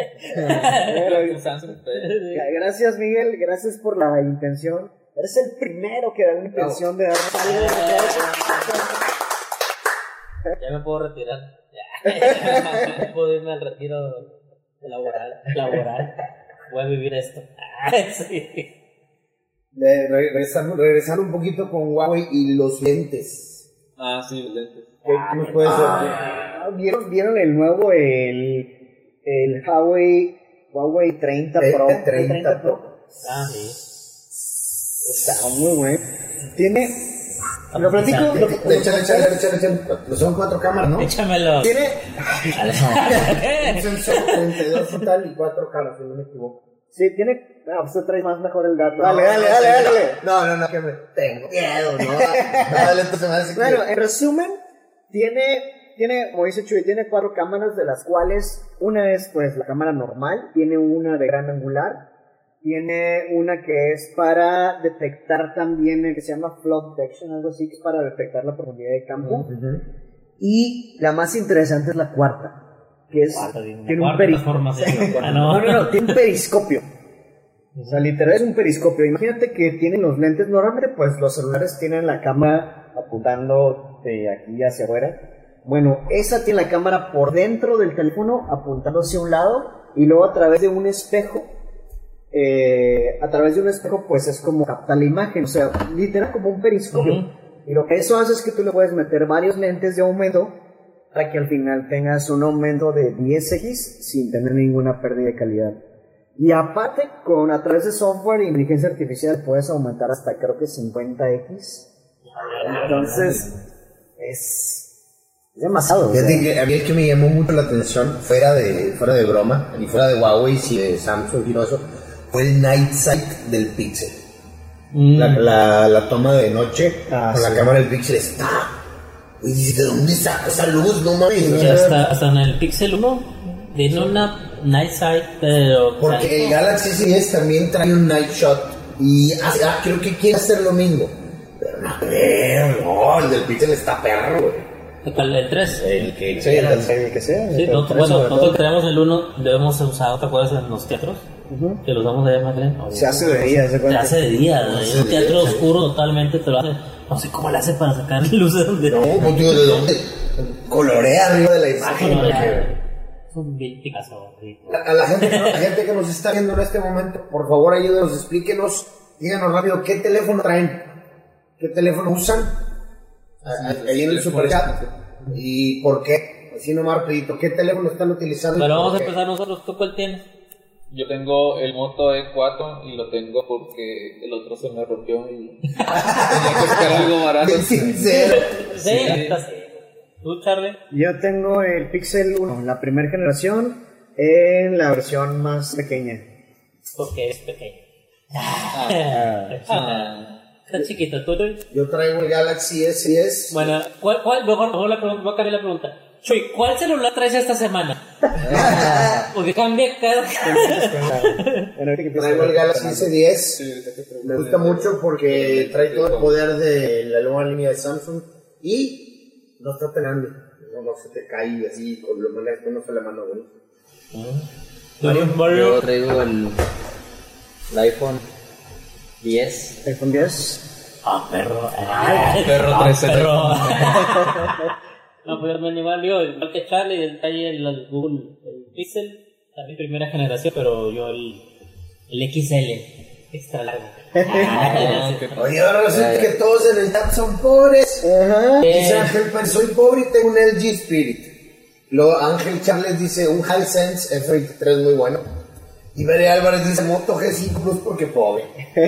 Pay. Gracias, Miguel, gracias por la intención. Eres el primero que da la intención de darnos algo. Ya me puedo retirar. Ya. Puedo irme al retiro laboral. Voy a vivir esto. Sí. Regresar un poquito con Huawei y los lentes. Sí, los lentes. ¿Qué nos puede ser? ¿Vieron el nuevo, el Huawei 30 Pro? 30 Pro. Sí. Está muy bueno. Tiene... ¿Lo platico? Échale. Son 4 cámaras, ¿no? Échamelo. Tiene... Un sensor 32 total y 4 cámaras, si no me equivoco. Sí, tiene... usted trae más mejor el dato. Dale. No, que me tengo miedo, ¿no? Dale, entonces me hace que... Bueno, en resumen, tiene, como dice Chuy, tiene 4 cámaras, de las cuales una es pues la cámara normal, tiene una de gran angular, tiene una que es para detectar también el que se llama flood detection, algo así, que es para detectar la profundidad de campo. Y la más interesante es la cuarta, que es, tiene un periscopio. No, tiene un periscopio. O sea, literal es un periscopio. Imagínate que tienen los lentes, normalmente pues los celulares tienen la cámara apuntando de aquí hacia afuera. Bueno, esa tiene la cámara por dentro del teléfono apuntando hacia un lado y luego a través de un espejo, pues es como captar la imagen, o sea, literal como un periscopio. Y lo que eso hace es que tú le puedes meter varios lentes de aumento para que al final tengas un aumento de 10x sin tener ninguna pérdida de calidad. Y aparte, a través de software e inteligencia artificial puedes aumentar hasta creo que 50x. Entonces, es demasiado. Fíjate que a mí el que me llamó mucho la atención, fuera de broma, y fuera de Huawei y de Samsung y todo eso, fue el Night Sight del Pixel. La toma de noche con la cámara del Pixel está. Y dice, ¿de dónde saca esa luz? No mames. Hasta en el Pixel 1 tiene una Night Sight, pero. Porque el Galaxy S10 también trae un Night Shot. Y creo que quiere hacer lo mismo. Pero no, el del Pixel está perro, güey. ¿El 3? El que sea. Sí, nosotros creamos el 1, debemos usar, ¿te acuerdas en los teatros? Que los vamos a llamar Magdalena. Se hace de día, se hace de día, un teatro oscuro totalmente te lo hace. No sé cómo le hace para sacar luces donde. No, contigo, ¿de dónde? Colorea arriba de la imagen. Es un bien Picasso. A la gente que nos está viendo en este momento, por favor ayúdenos, explíquenos, díganos rápido qué teléfono traen, qué teléfono usan, ahí en el superchat, y por qué, así nomás rapidito, qué teléfono están utilizando. Pero vamos a empezar nosotros, ¿tú cuál tienes? Yo tengo el Moto E4 y lo tengo porque el otro se me rompió y tenía que buscar algo barato. Sincero. Sí. ¿Tú, Charlie? Yo tengo el Pixel 1, la primera generación, en la versión más pequeña. Porque es pequeño. Está chiquito, ¿tú? Yo traigo el Galaxy S10. Bueno, mejor la pregunta, voy a cambiar la pregunta. Chuy, ¿cuál celular traes esta semana? Porque cambia cada. Traigo el Galaxy S10. Me gusta mucho porque trae todo el poder de la nueva línea de Samsung y no está pegando. No se te cae así, con lo manejas no se la mano, güey. Mario. Yo traigo el iPhone 10. ¿iPhone 10? Perro. Perro 13. Perro. No, pues igual que Charlie, el detalle el Google, el Pixel, también primera generación, pero yo el XL, extra largo. Oye, ahora resulta que todos en el chat son pobres. Dice Ángel, pero soy pobre y tengo un LG Spirit. Luego Ángel Charles dice un Hisense F23 muy bueno. Y Bere Álvarez dice Moto G5 Plus porque pobre.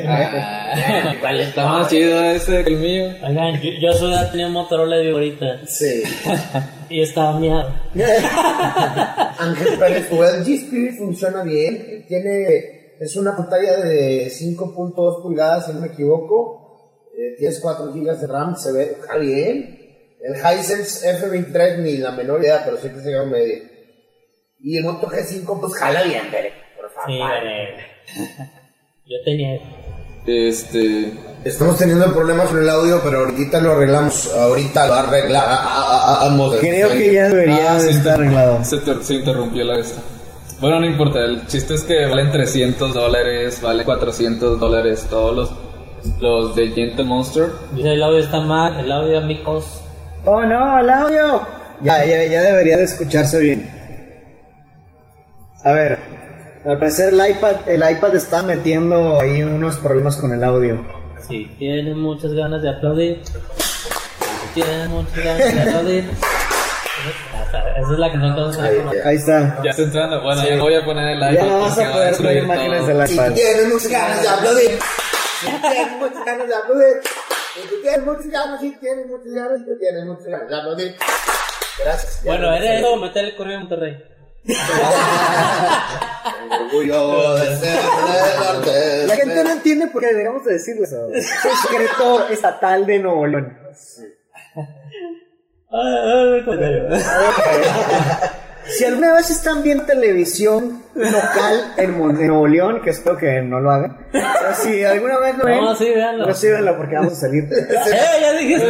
Está más chido ese que el mío. Oigan, yo soy tenía un Motorola de ahorita. Sí. Y estaba miado. Ángel Pérez, tu LG Spirit funciona bien. Es una pantalla de 5.2 pulgadas, si no me equivoco. Tienes 4 GB de RAM, se ve bien. El Hisense F23 ni la menor idea, pero sé que se llama medio. Y el Moto G5 pues jala bien, Bere. Sí, yo tenía. Estamos teniendo problemas con el audio, pero ahorita lo arreglamos. Ahorita lo arreglamos. Creo que ya debería estar arreglado. Se interrumpió la esta. Bueno, no importa. El chiste es que valen $300, valen $400. Todos los de Gentle Monster. Dice el audio está mal. El audio, amigos. Oh no, el audio. Ya debería de escucharse bien. A ver, al parecer el iPad está metiendo ahí unos problemas con el audio. Sí, tiene muchas ganas de aplaudir. Tiene muchas ganas de aplaudir. Esa es la que no entonces. Ahí está. Ya está entrando. Bueno, yo voy a poner el iPad. Ya no vas a poder ver imágenes del iPad. Si tienes muchas ganas de aplaudir. Si tienes muchas ganas de aplaudir. Si tienes muchas ganas, si tienes muchas ganas, si tienes muchas ganas de aplaudir. Gracias. Bueno, era eso, meter el correo de Monterrey. Orgullo de ser del norte. La gente no entiende por qué deberíamos de decirlo eso. Secreto estatal de Nuevo León. Si alguna vez están viendo televisión local en Nuevo León, que espero que no lo hagan, pero si alguna vez lo ven, no, sí, véanlo. no, sí, véanlo porque vamos a salir. Ya dijiste.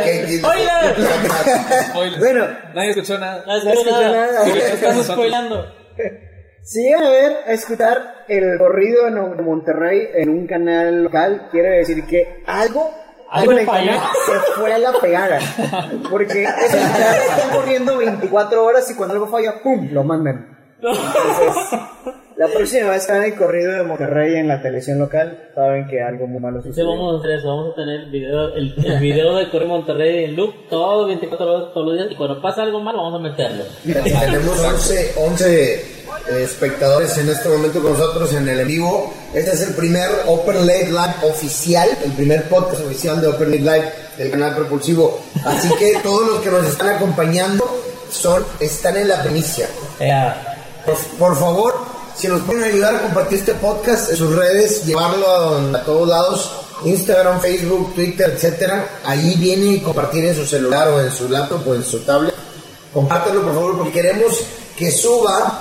Spoiler. Bueno, Nadie escuchó nada. No escuché nada. Estás spoilando. si llegan a escuchar el corrido de Monterrey en un canal local, quiere decir que algo en el falló. canal se fue a la pegada. Porque esos canales están corriendo 24 horas y cuando algo falla, ¡pum!, lo mandan. Entonces, la próxima vez que hagan el corrido de Monterrey en la televisión local, saben que algo muy malo Sí, sucedió. vamos a hacer eso, vamos a tener el video del Correo Monterrey en loop todo 24 horas todos los días y cuando pasa algo mal vamos a meterlo. Tenemos 11 espectadores en este momento con nosotros en el en vivo. Este es el primer Open Late Live oficial, el primer podcast oficial de Open Late Live del canal Propulsivo. Así que todos los que nos están acompañando están en la primicia. Por favor, si nos pueden ayudar a compartir este podcast en sus redes, llevarlo a todos lados, Instagram, Facebook, Twitter, etcétera. Ahí viene y compartir en su celular o en su laptop o en su tablet. Compártanlo por favor porque queremos que suba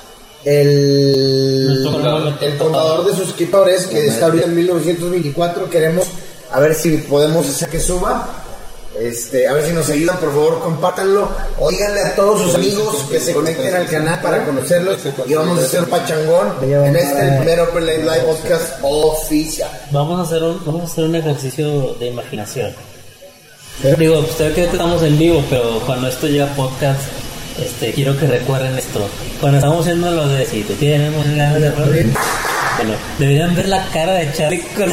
el contador de suscriptores que está ahorita en 1924. Queremos a ver si podemos hacer que suba. A ver si nos ayudan, por favor, compártanlo o díganle a todos sus amigos que se conecten al canal para conocerlos y vamos a hacer pachangón en el primer Open Late Live podcast oficial. Vamos a hacer un ejercicio de imaginación. Digo, ustedes que estamos en vivo, pero cuando esto llega a podcast, quiero que recuerden esto. Cuando estamos haciendo lo de si tú tienes ganas de reír, bueno, deberían ver la cara de Charlie con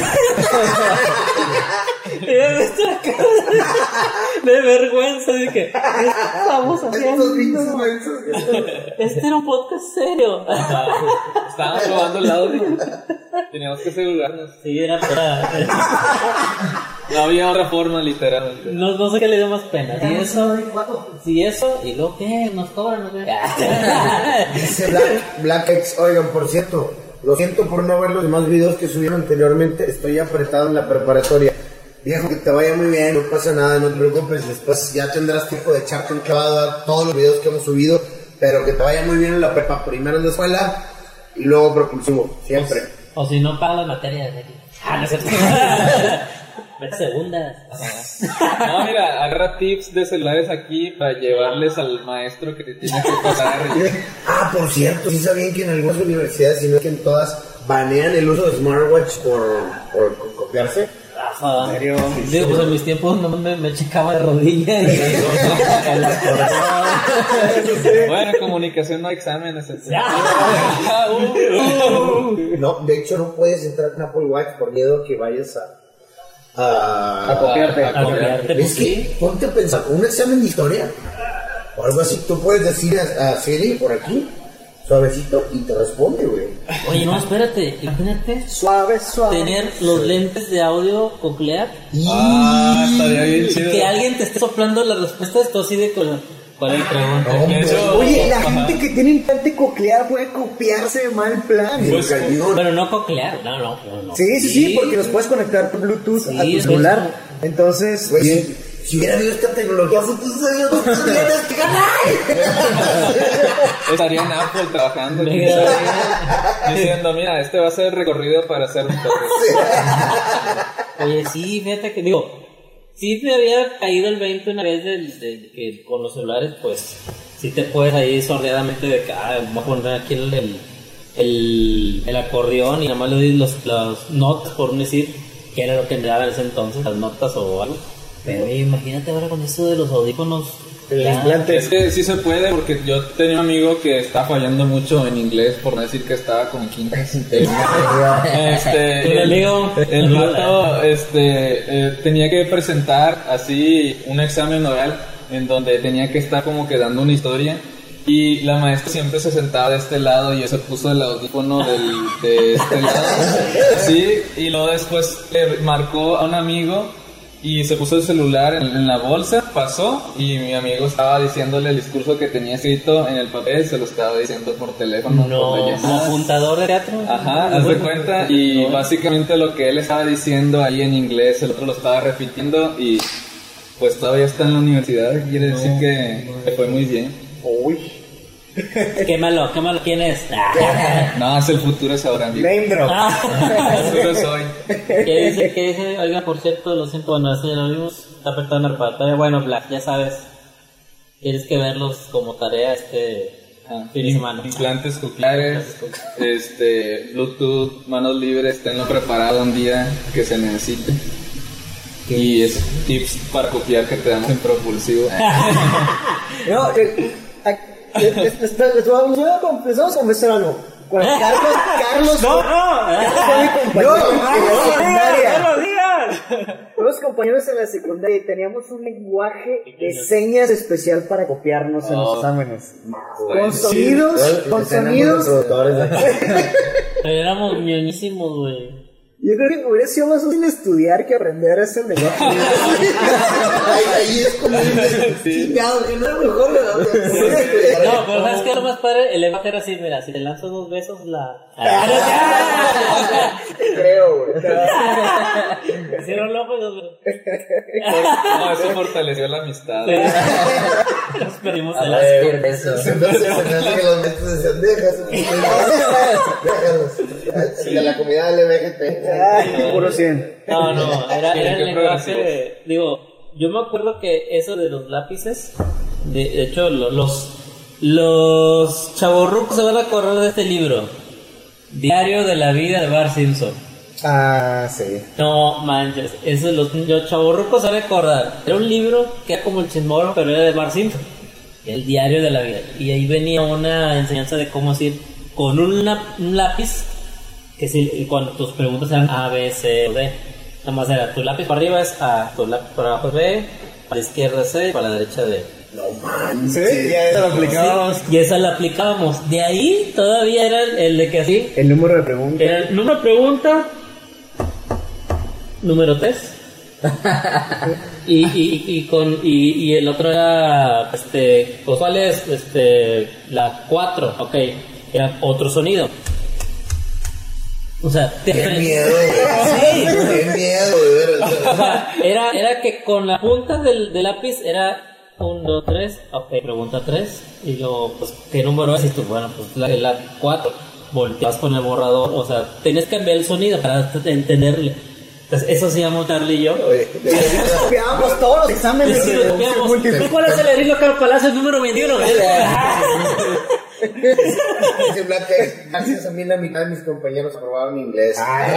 deberían ver la cara de vergüenza de que estamos haciendo. Este era un podcast serio. Estábamos probando el audio. Teníamos que asegurarnos. Sí, era para... No había otra forma, literalmente. No sé qué le dio más pena. Si eso, y luego qué, nos cobran, ¿no? Dice Black oigan, por cierto, lo siento por no ver los demás videos que subieron anteriormente, estoy apretado en la preparatoria. Viejo, que te vaya muy bien, no pasa nada, no te preocupes, después ya tendrás tiempo de echarte un clavado a todos los videos que hemos subido, pero que te vaya muy bien en la prepa, primero en la escuela y luego Propulsivo, siempre. O si no, paga las materias de aquí. No es cierto. Vete segundas. No, mira, agarra tips de celulares aquí para llevarles al maestro que te tiene que pasar. Por cierto, ¿sí sabían que en algunas universidades, si no es que en todas, banean el uso de smartwatch por copiarse? ¿En serio? Digo, pues en mis tiempos no me checaba de rodilla y... Bueno, comunicación no hay exámenes. No, de hecho no puedes entrar en Apple Watch por miedo que vayas a copiarte. Es que, ponte a pensar, un examen de historia o algo así, tú puedes decir a Siri por aquí, suavecito, y te responde, güey. Oye, no, espérate, imagínate Suave. tener los lentes de audio coclear Estaría bien chido. que alguien te esté soplando las respuestas, tú así de con... ¿Cuál es la pregunta? De hecho, Oye, la gente que tiene implante coclear puede copiarse de mal plan. Pero no coclear, no. Sí, porque los puedes conectar por Bluetooth a tu celular. Entonces, Pues, si hubiera habido esta tecnología hace 15 años, no tendrías que ganar. estaría en Apple trabajando diciendo, mira, este va a ser el recorrido para hacer un podcast. Oye, sí, fíjate que digo, sí me había caído el 20 una vez de que con los celulares, pues, sí te puedes ahí sordeadamente de que, voy a poner aquí el acordeón y nada más le doy los notes, por no decir, que era lo que me daba en ese entonces, las notas o algo. Pero imagínate ahora con eso de los audífonos. Es que sí se puede, porque yo tenía un amigo que está fallando mucho en inglés, por no decir que estaba con quinta. El vato tenía que presentar así un examen oral en donde tenía que estar como que dando una historia. Y la maestra siempre se sentaba de este lado y se puso el audífono de este lado. Sí, y luego después le marcó a un amigo y se puso el celular en la bolsa, pasó y mi amigo estaba diciéndole el discurso que tenía escrito en el papel, se lo estaba diciendo por teléfono. Como apuntador de teatro. Ajá, haz de cuenta, y básicamente lo que él estaba diciendo ahí en inglés, el otro lo estaba repitiendo y pues todavía está en la universidad, quiere decir que fue muy bien. Uy. Quémalo, ¿quién es? No, es el futuro es ahora mismo. Name drop. El futuro soy. ¿Qué dice? Oiga, por cierto, lo siento, bueno, eso ya lo vimos. Está apretado en la pantalla. Bueno, Black, ya sabes. Tienes que verlos como tarea fin de semana. Implantes cocleares, Bluetooth, manos libres, tenlo preparado un día que se necesite. Y es tips para copiar que te damos en Propulsivo. No, les vamos a confesar algo. Cuando Carlos fue mi compañero en la secundaria. ¡No lo digas! Fuimos compañeros en la secundaria y teníamos un lenguaje de señas especial para copiarnos en los exámenes. Con sonidos, Éramos ñoñísimos, güey. Yo creo que hubiera sido más fácil estudiar que aprender ese lenguaje. Ahí es como un chingado, que no es mejor. No, pero ¿sabes qué es lo más padre? El lenguaje era así, mira, si te lanzo 2 besos, Creo, güey. Hicieron loco y 2 besos. No, eso fortaleció la amistad. Nos perdimos A el las asco. eso. Se me hace que los maestros decían, déjalos. De la comunidad LGBT. Ay, puro 100. No, era el ¿Qué lenguaje. Digo, yo me acuerdo que eso de los lápices, de hecho, los chavorrucos se van a acordar de este libro: Diario de la vida de Bart Simpson. Ah, sí. No manches, eso los chavorrucos se van a acordar. Era un libro que era como el chismógrafo, pero era de Bart Simpson, el diario de la vida. Y ahí venía una enseñanza de cómo decir con un lápiz, que si cuando tus preguntas eran A, B, C o D, nada más era tu lápiz para arriba es A, tu lápiz para abajo es B, para la izquierda es C y para la derecha D. No man. Sí, ya eso lo aplicábamos. Sí, y esa la aplicábamos. De ahí todavía era el de que así. El número de preguntas. Era el número de pregunta, número 3. y el otro era pues ¿cuál es? La 4, ok, era otro sonido. O sea, Qué miedo, güey. Sí. Qué miedo, de O veras. sea, era que con la punta del lápiz era 1, 2, 3, ok, pregunta 3, y luego, pues, ¿qué número es? Y tú, bueno, pues la 4, volteas con el borrador, o sea, tenías que cambiar el sonido para entenderle. Entonces, eso se llama Charlie y yo. Copiábamos todos los exámenes. Sí, lo copiamos. ¿Cuál es el Enrique Carlos Palacios número 21? Dice Black que gracias a mí la mitad de mis compañeros aprobaron inglés.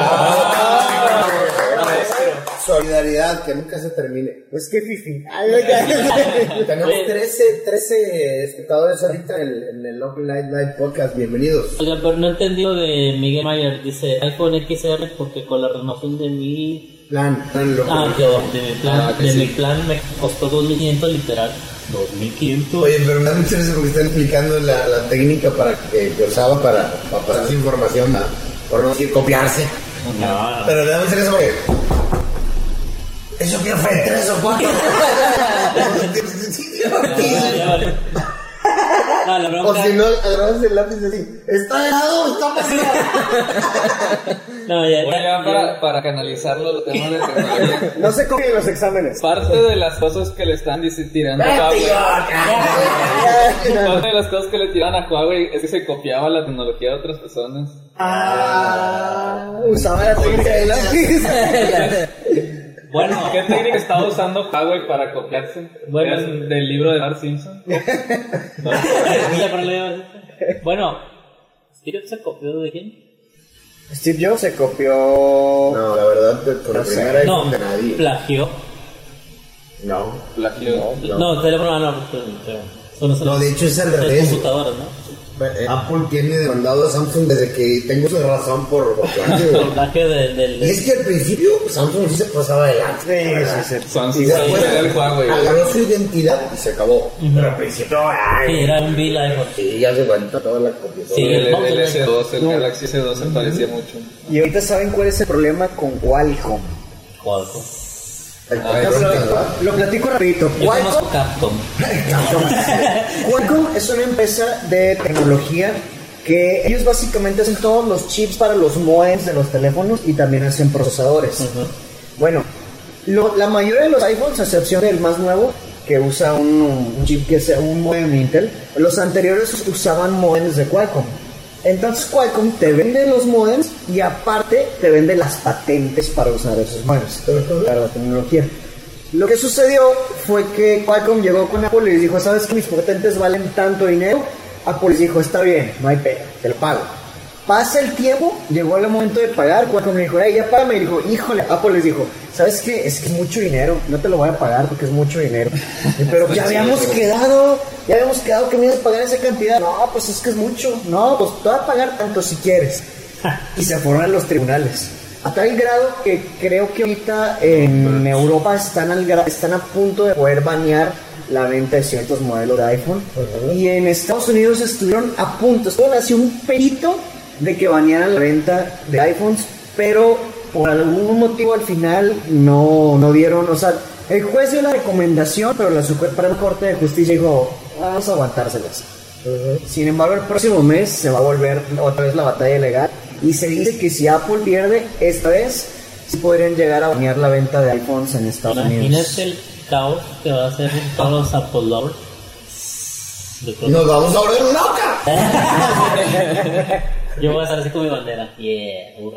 Solidaridad, que nunca se termine. Pues qué fifi. Tenemos 13 espectadores ahorita en el Open Light Live Podcast. Bienvenidos. Oigan, pero no entendí lo de Miguel Mayer. Dice iPhone XR porque con la renovación de mi... Plan loco. Mi plan me costó 2.500 literal. 2.500. Oye, pero me da mucha risa porque están explicando la técnica que usaba para pasar su información, ¿verdad? Por no decir copiarse. No. Pero le da mucha risa porque... ¿Eso qué fue? ¿3 o 4? No, la O bronca... si no, agarras el lápiz así. ¿Está helado o está pasando? No, ya, Oigan, para canalizarlo, lo tenemos de tecnología. No se copien los exámenes. Parte de las cosas que le están tirando a Huawei. Parte de las cosas que le tiran a Huawei es que se copiaba la tecnología de otras personas. Usaba la técnica del lápiz. Bueno, ¿Qué técnica estaba usando Huawei para copiarse? Bueno. ¿Eras del libro de Bart Simpson? bueno, ¿Steve se copió de quién? Steve Jobs se copió. No, la verdad, con la primera iPhone No, de nadie. plagió. No. Plagio. No, teléfono no. No, de hecho es al Las revés. computadoras, ¿no? Apple tiene demandado a Samsung desde que tengo su razón por plagio. El plagio Y es que al principio Samsung sí se pasaba adelante. Sí. Samsung Y después era el Huawei. agarró su identidad y se acabó. Pero al principio, Sí, era un bill iPhone. sí, ya se cuenta toda la copia. Sí. El S2, el Galaxy S2 se parecía mucho. Y ahorita saben cuál es el problema con Qualcomm. Qualcomm. Lo platico rapidito. Yo conozco Capcom. Qualcomm es una empresa de tecnología que ellos básicamente hacen todos los chips para los modems de los teléfonos y también hacen procesadores. Bueno, la mayoría de los iPhones, a excepción del más nuevo, que usa un chip que sea un modem Intel. Los anteriores usaban modems de Qualcomm. Entonces Qualcomm te vende los modems y aparte te vende las patentes para usar esos modems, para la tecnología. Lo que sucedió fue que Qualcomm llegó con Apple y les dijo, ¿sabes que mis patentes valen tanto dinero? Apple les dijo, está bien, no hay pena, te lo pago. Pasa el tiempo, llegó el momento de pagar, Qualcomm le dijo, ya págame, y dijo, híjole, Apple les dijo, ¿sabes qué? Es que es mucho dinero, no te lo voy a pagar porque es mucho dinero. Pero ya habíamos quedado que me ibas a pagar esa cantidad. No, pues es que es mucho. No, pues te voy a pagar tanto si quieres. Y se fueron a los tribunales. A tal grado que creo que ahorita en Europa están a punto de poder banear la venta de ciertos modelos de iPhone. Y en Estados Unidos estuvieron así un pelito de que banearan la venta de iPhones, pero por algún motivo al final no dieron, o sea, el juez dio la recomendación, pero la Suprema Corte de Justicia dijo, vamos a aguantárselas. Sin embargo, el próximo mes se va a volver otra vez la batalla legal y se dice que si Apple pierde esta vez, sí podrían llegar a banear la venta de iPhones en Estados Unidos. Imagínate el caos que va a hacer todos los Apple lovers. Nos vamos a volver loca. Yo voy a estar así con mi bandera. Yeah, hurra.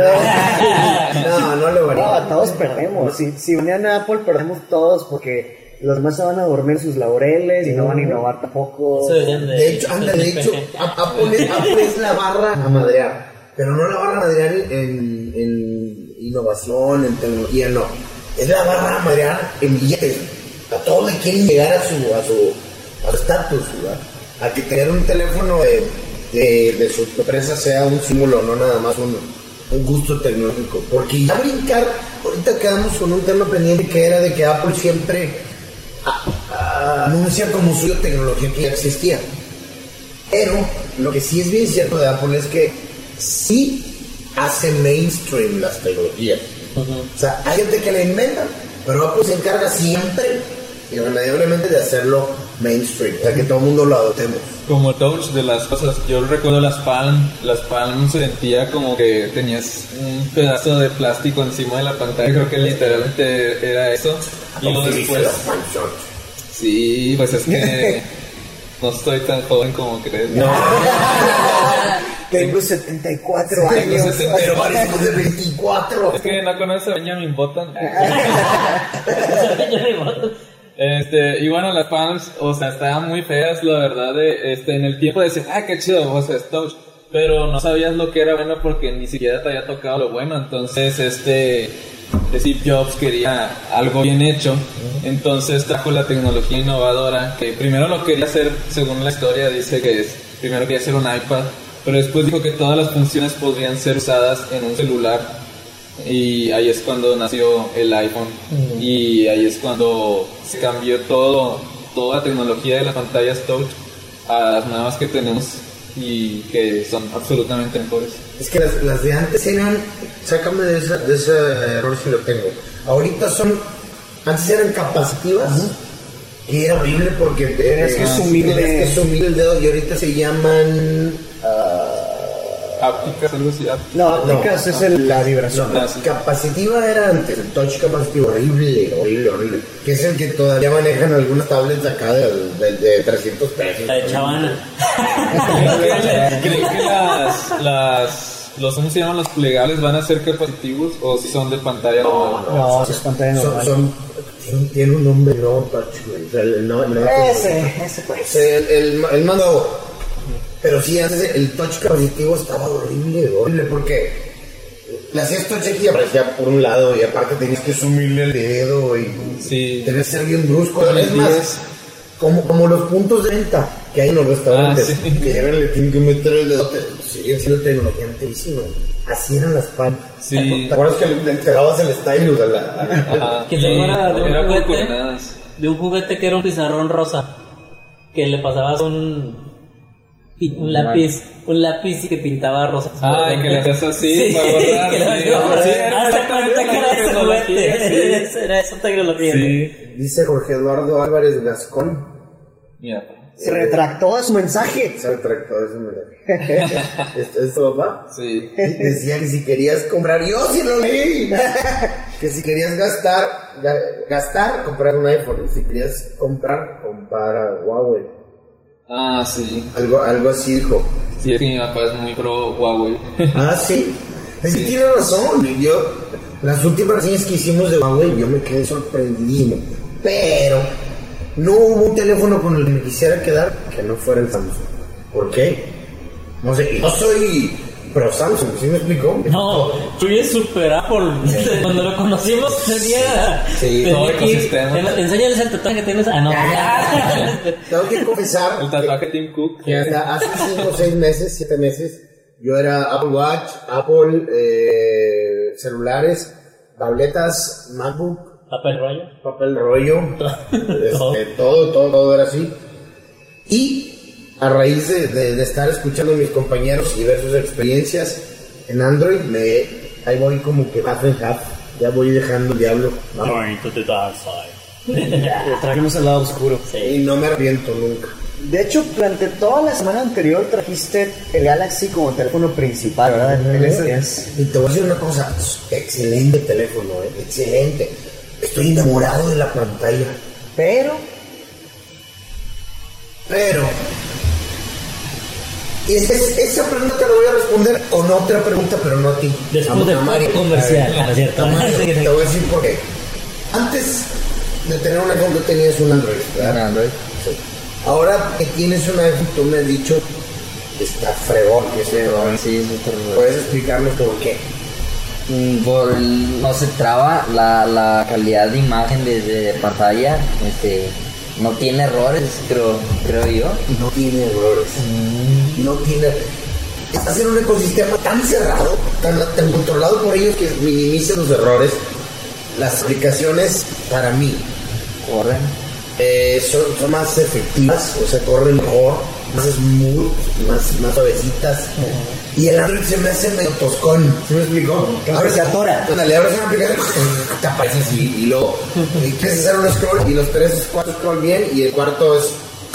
No lo varía. No, todos perdemos. Si banean a Apple, perdemos todos porque los demás se van a dormir sus laureles y no van a innovar tampoco. De hecho, Apple es la barra a madrear, pero no la barra a madrear en innovación, en tecnología, no. Es la barra a madrear en billetes. A todos le quieren llegar a su estatus, ¿verdad? A que tener un teléfono de su empresa sea un símbolo, no nada más un gusto tecnológico. Porque ya brincar, ahorita quedamos con un tema pendiente que era de que Apple siempre anuncia como suyo tecnología que ya existía. Pero lo que sí es bien cierto de Apple es que sí hace mainstream las tecnologías. O sea, hay gente que la inventa, pero Apple se encarga siempre irremediablemente de hacerlo mainstream, o sea, que todo el mundo lo adoptemos. Como touch de las cosas, yo recuerdo las Palm se sentía como que tenías un pedazo de plástico encima de la pantalla, creo que literalmente era eso. Y luego después, sí, pues es que no estoy tan joven como crees. No. Tengo 74 años. Pero parecemos de 24. Es que no conoces a Benjamin Button. Y bueno, las Palms, o sea, estaban muy feas, la verdad, en el tiempo de decir, qué chido, o sea, es touch, pero no sabías lo que era bueno porque ni siquiera te había tocado lo bueno. Entonces, Steve Jobs quería algo bien hecho, entonces trajo la tecnología innovadora, que primero lo quería hacer, según la historia, dice que primero quería hacer un iPad, pero después dijo que todas las funciones podrían ser usadas en un celular, y ahí es cuando nació el iPhone, y ahí es cuando se cambió toda la tecnología de las pantallas touch a las nuevas que tenemos y que son absolutamente mejores. Es que las de antes eran, sácame de ese error si lo tengo, ahorita antes eran capacitivas, y era horrible porque tenías que sumir el dedo, y ahorita se llaman ápticas, algo así. No, ápticas es la vibración. Capacitiva era antes, el touch capacitivo, horrible. Que es el que todavía manejan algunas tablets acá de 300 pesos. La de Chavana. ¿Creen que ¿cómo se llaman? Los plegables van a ser capacitivos o si son de pantalla normal? No, es pantalla normal. Tiene un nombre, no touch, güey. Ese pues. El más nuevo. Pero sí, antes el touch capacitiva estaba horrible porque le hacías touch aquí y aparecía por un lado, y aparte tenías que sumirle el dedo y tenías que ser bien brusco. Es más, como los puntos de venta que hay en los restaurantes, que ya le tienen que meter el dedo, siguen siendo tecnología antigüísima. Así eran las Palm. Sí. ¿Te acuerdas que le entregabas el stylus a la... Que se fuera de un juguete que era un pizarrón rosa, que le pasabas un lápiz y que pintaba rosa. Que le hacías así para borrar. Exactamente, que era ese juguete. Era esa tecnología. Sí. Dice Jorge Eduardo Álvarez Gascón. Se retractó de su mensaje. ¿Esto va? Sí. Decía que si querías comprar, yo sí lo leí. que si querías gastar, comprar un iPhone. Y si querías comprar Huawei. Ah, sí. Algo así dijo. Sí, es que mi papá es muy pro Huawei. Ah, sí. Es que tiene razón. Las últimas reseñas que hicimos de Huawei, yo me quedé sorprendidísimo. Pero no hubo un teléfono con el que me quisiera quedar que no fuera el Samsung. ¿Por qué? No sé, yo soy pro Samsung, ¿sí me explicó? No, tú eres super Apple. Cuando lo conocimos tenía... Sí, todo el ecosistema. Enséñales el tatuaje que tienes. Ah, no. Tengo que confesar El tatuaje Tim Cook. que hasta hace 5 o 6 meses, 7 meses, yo era Apple Watch, Apple celulares, tabletas, MacBook, papel rollo, todo era así. Y a raíz de estar escuchando a mis compañeros y ver sus experiencias en Android, ahí voy como que half and half, ya voy dejando el diablo. Trajimos el lado oscuro. Y no me arrepiento nunca. De hecho, durante toda la semana anterior trajiste el Galaxy como teléfono principal, ¿verdad? El S10. Y te voy a decir una cosa, excelente teléfono, excelente. Estoy enamorado de la pantalla. Pero esa pregunta te la voy a responder con otra pregunta, pero no a ti. Después del Mario. comercial. A ¿Cierto? Mario, te voy a decir por qué. Antes de tener un iPhone, tú tenías un Android, ¿verdad? Un Android. Sí. Ahora que tienes un iPhone, tú me has dicho que está fregón, que es fregón. Sí, súper. ¿Puedes explicarnos por qué? No se traba la calidad de imagen desde pantalla, no tiene errores, creo yo. No tiene errores. No tiene. Estás en un ecosistema tan cerrado, tan controlado por ellos que minimiza los errores. Las aplicaciones, para mí, Corren. son más efectivas, o sea, corren mejor, más smooth, más suavecitas. Y el Android se me hace medio toscón. ¿Sí me explicó? Ahora se atora. Ándale, abres una aplicación, te aparece así, y luego quieres hacer un scroll, y los 4 scroll bien, y el cuarto es...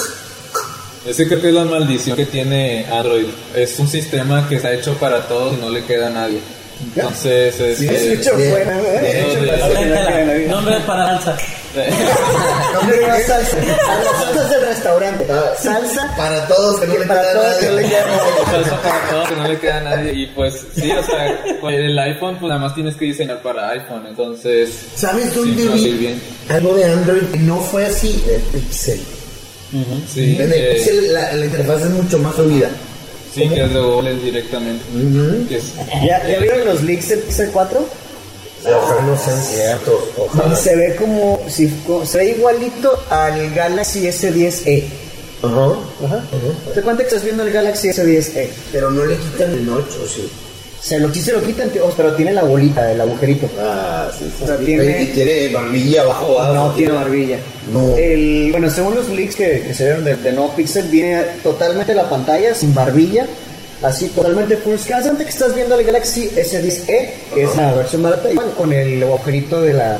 Es que creo que es la maldición que tiene Android. Es un sistema que está hecho para todos y no le queda a nadie. Entonces es... Sí, es hecho bien, buena, bien. Nombre para salsa. Nombre de salsa. A las salsas del restaurante. Salsa para todos, que no le queda a nadie. Salsa para todos, que no le queda a nadie. Y pues sí, o sea, el iPhone, pues nada más tienes que diseñar para iPhone. Entonces... ¿Sabes sí, dónde va a ir vi bien. algo de Android que no fue así? El Pixel. Sí, En el Pixel la interfaz es mucho más fluida. sí, que es de Google directamente. Que es- ¿Ya vieron los leaks del Pixel 4? Ojalá no sean ciertos. Ojalá. Se ve se ve igualito al Galaxy S10e. Ajá. ¿Te cuenta que estás viendo el Galaxy S10e? Pero no le quitan el notch, ¿o sí? Se lo quitan, pero tiene la bolita, el agujerito. Ah, sí. O sea, tiene- Y tiene barbilla abajo. No tiene barbilla. No. Bueno, según los leaks que se vieron del nuevo Pixel, viene totalmente la pantalla sin barbilla, así totalmente full screen. Antes que estás viendo el Galaxy S10e, que es la versión barata, igual con el agujerito de la...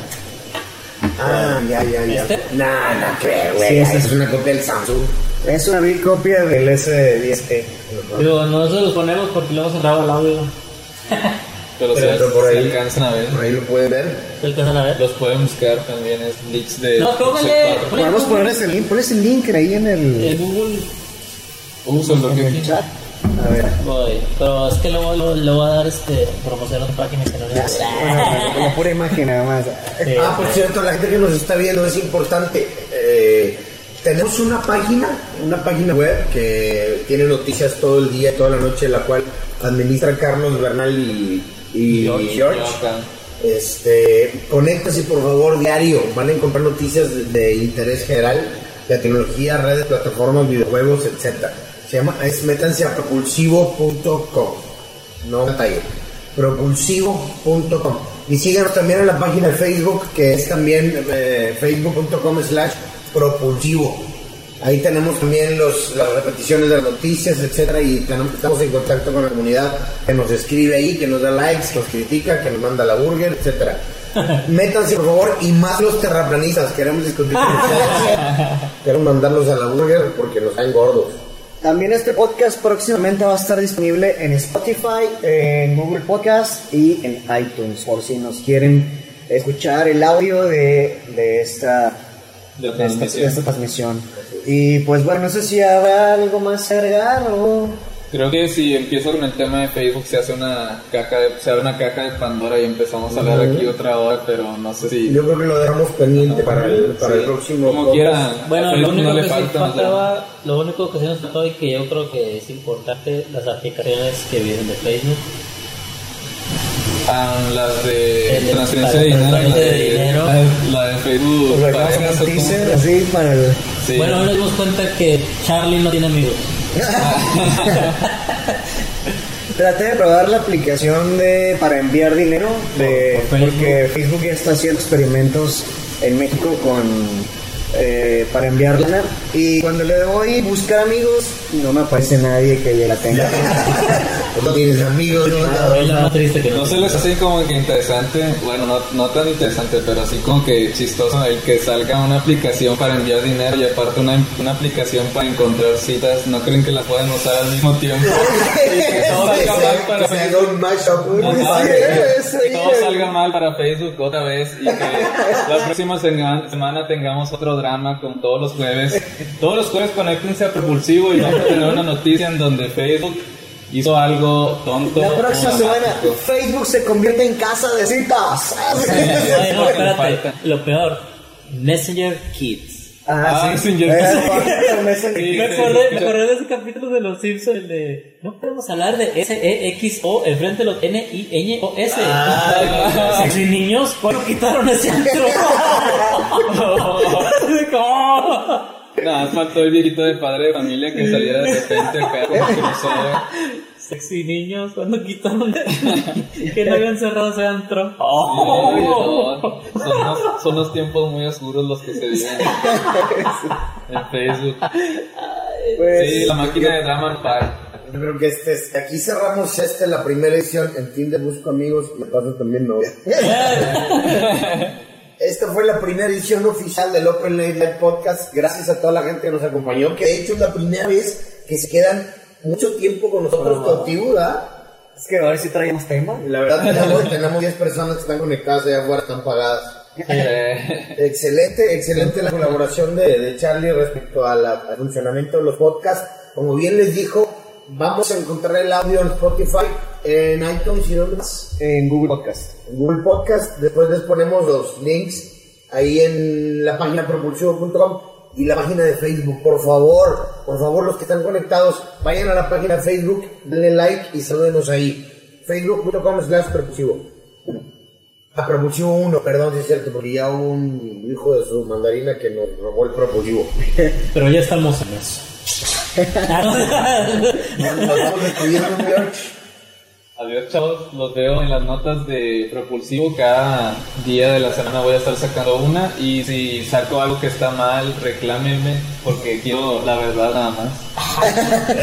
Ah, ya. Nada, que ver, güey. Sí, ese es una copia del Samsung. Es una vil copia del S10e. Digo, nosotros los ponemos porque lo hemos entrado al audio. pero Pero por se ahí- alcanzan a ver. Por ahí lo pueden ver. ¿Se alcanzan a ver? Los pueden buscar también, es leaks de... No, póngale. Podemos ponerles el link, pones el link ahí en el Google. Úsalo, en que el chat. A ver. Voy. Pero es que luego le voy a dar promoción a otra página que no le Bueno, con la pura imagen nada más. Ah, por cierto, la gente que nos está viendo es importante. Tenemos una página web que tiene noticias todo el día, toda la noche, la cual administra Carlos Bernal y George. Conéctase por favor diario, van a encontrar noticias de interés general, de tecnología, redes, plataformas, videojuegos, etcétera. Métanse a propulsivo.com, no detalle, propulsivo.com. Y síganos también en la página de Facebook, que es también facebook.com/propulsivo. Ahí tenemos también las repeticiones de las noticias, etcétera, y estamos en contacto con la comunidad que nos escribe ahí, que nos da likes, que nos critica, que nos manda la burger, etcétera. Métanse por favor, y más los terraplanistas, queremos discutir con ustedes. Queremos mandarlos a la burger porque nos caen gordos. También este podcast próximamente va a estar disponible en Spotify, en Google Podcast y en iTunes, por si nos quieren escuchar el audio de esta transmisión. Y pues bueno, no sé si habrá algo más que agregar o... Creo que si empiezo con el tema de Facebook se abre una caja de Pandora y empezamos a hablar aquí otra hora, pero no sé si... Yo creo que lo dejamos pendiente para el próximo. Como quieran. Bueno, lo único no le que falta, lo único que se nos faltó y que yo creo que es importante, las aplicaciones que vienen de Facebook. Las de transferencia de dinero, la de Facebook. Pues un teaser así para el... Sí. Bueno, hoy nos dimos cuenta que Charlie no tiene amigos. Traté de probar la aplicación para enviar dinero porque Facebook ya está haciendo experimentos en México para enviar lana, y cuando le doy buscar amigos no me aparece nadie que ya la tenga. No tienes amigos, Es lo más triste que No se les hace como que interesante, bueno, no tan interesante, pero así como que chistoso el que salga una aplicación para enviar dinero y aparte una aplicación para encontrar citas. ¿No creen que la pueden usar al mismo tiempo? Que todo salga mal para se haga un mashup. que todo salga mal para Facebook otra vez y que la próxima semana tengamos otro drama con todos los jueves. Todos los jueves conéctense a Propulsivo y vamos a tener una noticia en donde Facebook hizo algo tonto. La próxima semana Facebook se convierte en casa de citas. Ay, no, espérate. Lo peor, Messenger Kids. Messenger. Me acordé de ese capítulo de Los Simpsons, el de no podemos hablar de SEXO enfrente de los NINOS. Sexy niños, ¿cuándo quitaron ese antro? Nada, faltó el viejito de padre de familia que saliera de repente acá como cruzado. Sexy niños, ¿cuándo quitaron que no habían cerrado ese antro? Son los tiempos muy oscuros los que se viven en Facebook. Pues, sí, la máquina de drama Pie. Yo creo que aquí cerramos la primera edición. En Tinder busco amigos, me paso también novia. Esta fue la primera edición oficial del Open Late Night Podcast. Gracias a toda la gente que nos acompañó, que de hecho es la primera vez que se quedan mucho tiempo con nosotros contigo, ¿verdad? Es que a ver si traemos tema. La verdad tenemos 10 personas que están conectadas allá afuera, están pagadas. Excelente la colaboración de Charlie respecto al funcionamiento de los podcasts. Como bien les dijo, vamos a encontrar el audio en Spotify, en iTunes y ¿dónde más? En Google Podcast. En Google Podcast. Después les ponemos los links ahí en la página propulsivo.com y la página de Facebook. Por favor, los que están conectados, vayan a la página de Facebook, denle like y salúdenos ahí. Facebook.com/propulsivo. Propulsivo 1, perdón, si es cierto, porque ya hubo un hijo de su mandarina que nos robó el propulsivo. Pero ya estamos en eso. Nos vamos despidiendo, George. Adiós, chavos, los veo en las notas de Propulsivo. Cada día de la semana voy a estar sacando una, y si saco algo que está mal, reclámenme, porque quiero la verdad nada más.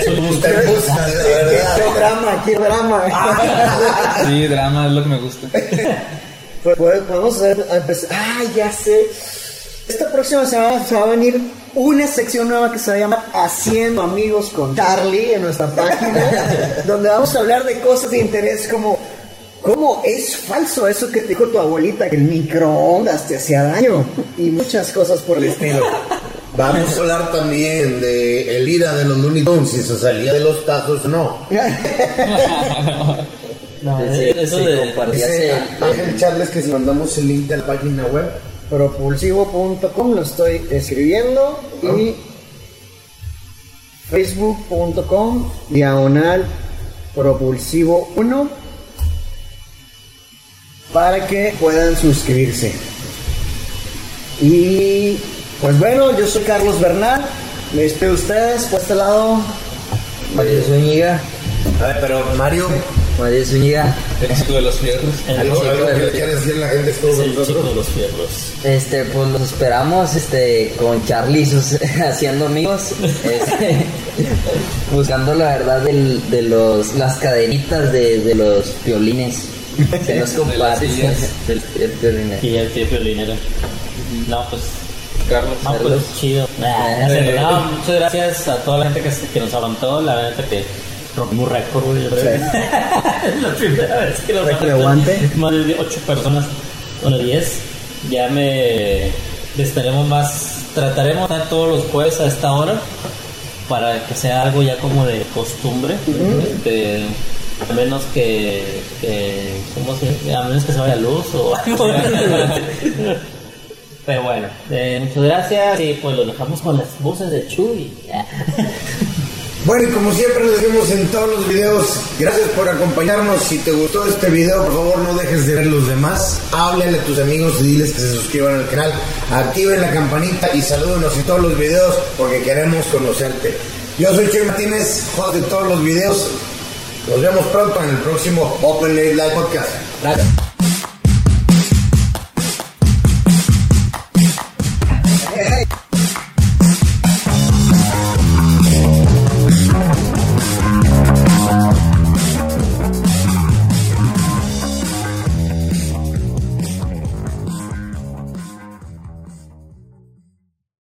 ¡Qué drama! Sí, drama es lo que me gusta. Pues podemos empezar. Ya sé. Esta próxima semana se va a venir una sección nueva que se va a llamar Haciendo Amigos con Charlie en nuestra página, donde vamos a hablar de cosas de interés como ¿cómo es falso eso que te dijo tu abuelita, que el microondas te hacía daño? Y muchas cosas por el estilo. Vamos a hablar también de el ira de los Looney Tunes, si se salía de los tazos o no. No, eso sí, de compartirse. Ángel Charles, que si mandamos el link de la página web, propulsivo.com, lo estoy escribiendo, y facebook.com/propulsivo1 para que puedan suscribirse. Y pues bueno, yo soy Carlos Bernal, me despido de ustedes. Por este lado, Mario Zúñiga. a ver, pero Mario, Mario Zúñiga. El chico de los fierros. algo que le quieres decir a la gente estuvo con el chico nosotros. de los fierros. Pues los esperamos con Charlie haciendo amigos, buscando la verdad de las cadenitas de los violines que nos comparten. Del violines. Y el tío violinero. No, pues. Carlos. No, pues chido. No, muchas gracias a toda la gente que nos aguantó. La verdad que rompimos récord, güey. Es la primera vez que nos récord de aguante. Más de 8 personas bueno, 10. Ya trataremos de estar todos los jueves a esta hora para que sea algo ya como de costumbre. A menos que ¿cómo se llama? A menos que se vaya luz o algo. Pero bueno, muchas gracias y pues lo dejamos con las voces de Chuy. Bueno, y como siempre les decimos en todos los videos, gracias por acompañarnos. Si te gustó este video, por favor no dejes de ver los demás. Háblale a tus amigos y diles que se suscriban al canal, activen la campanita y salúdenos en todos los videos porque queremos conocerte. Yo soy Chuy Martínez, host de todos los videos. Nos vemos pronto en el próximo Open Late Live Podcast. Gracias.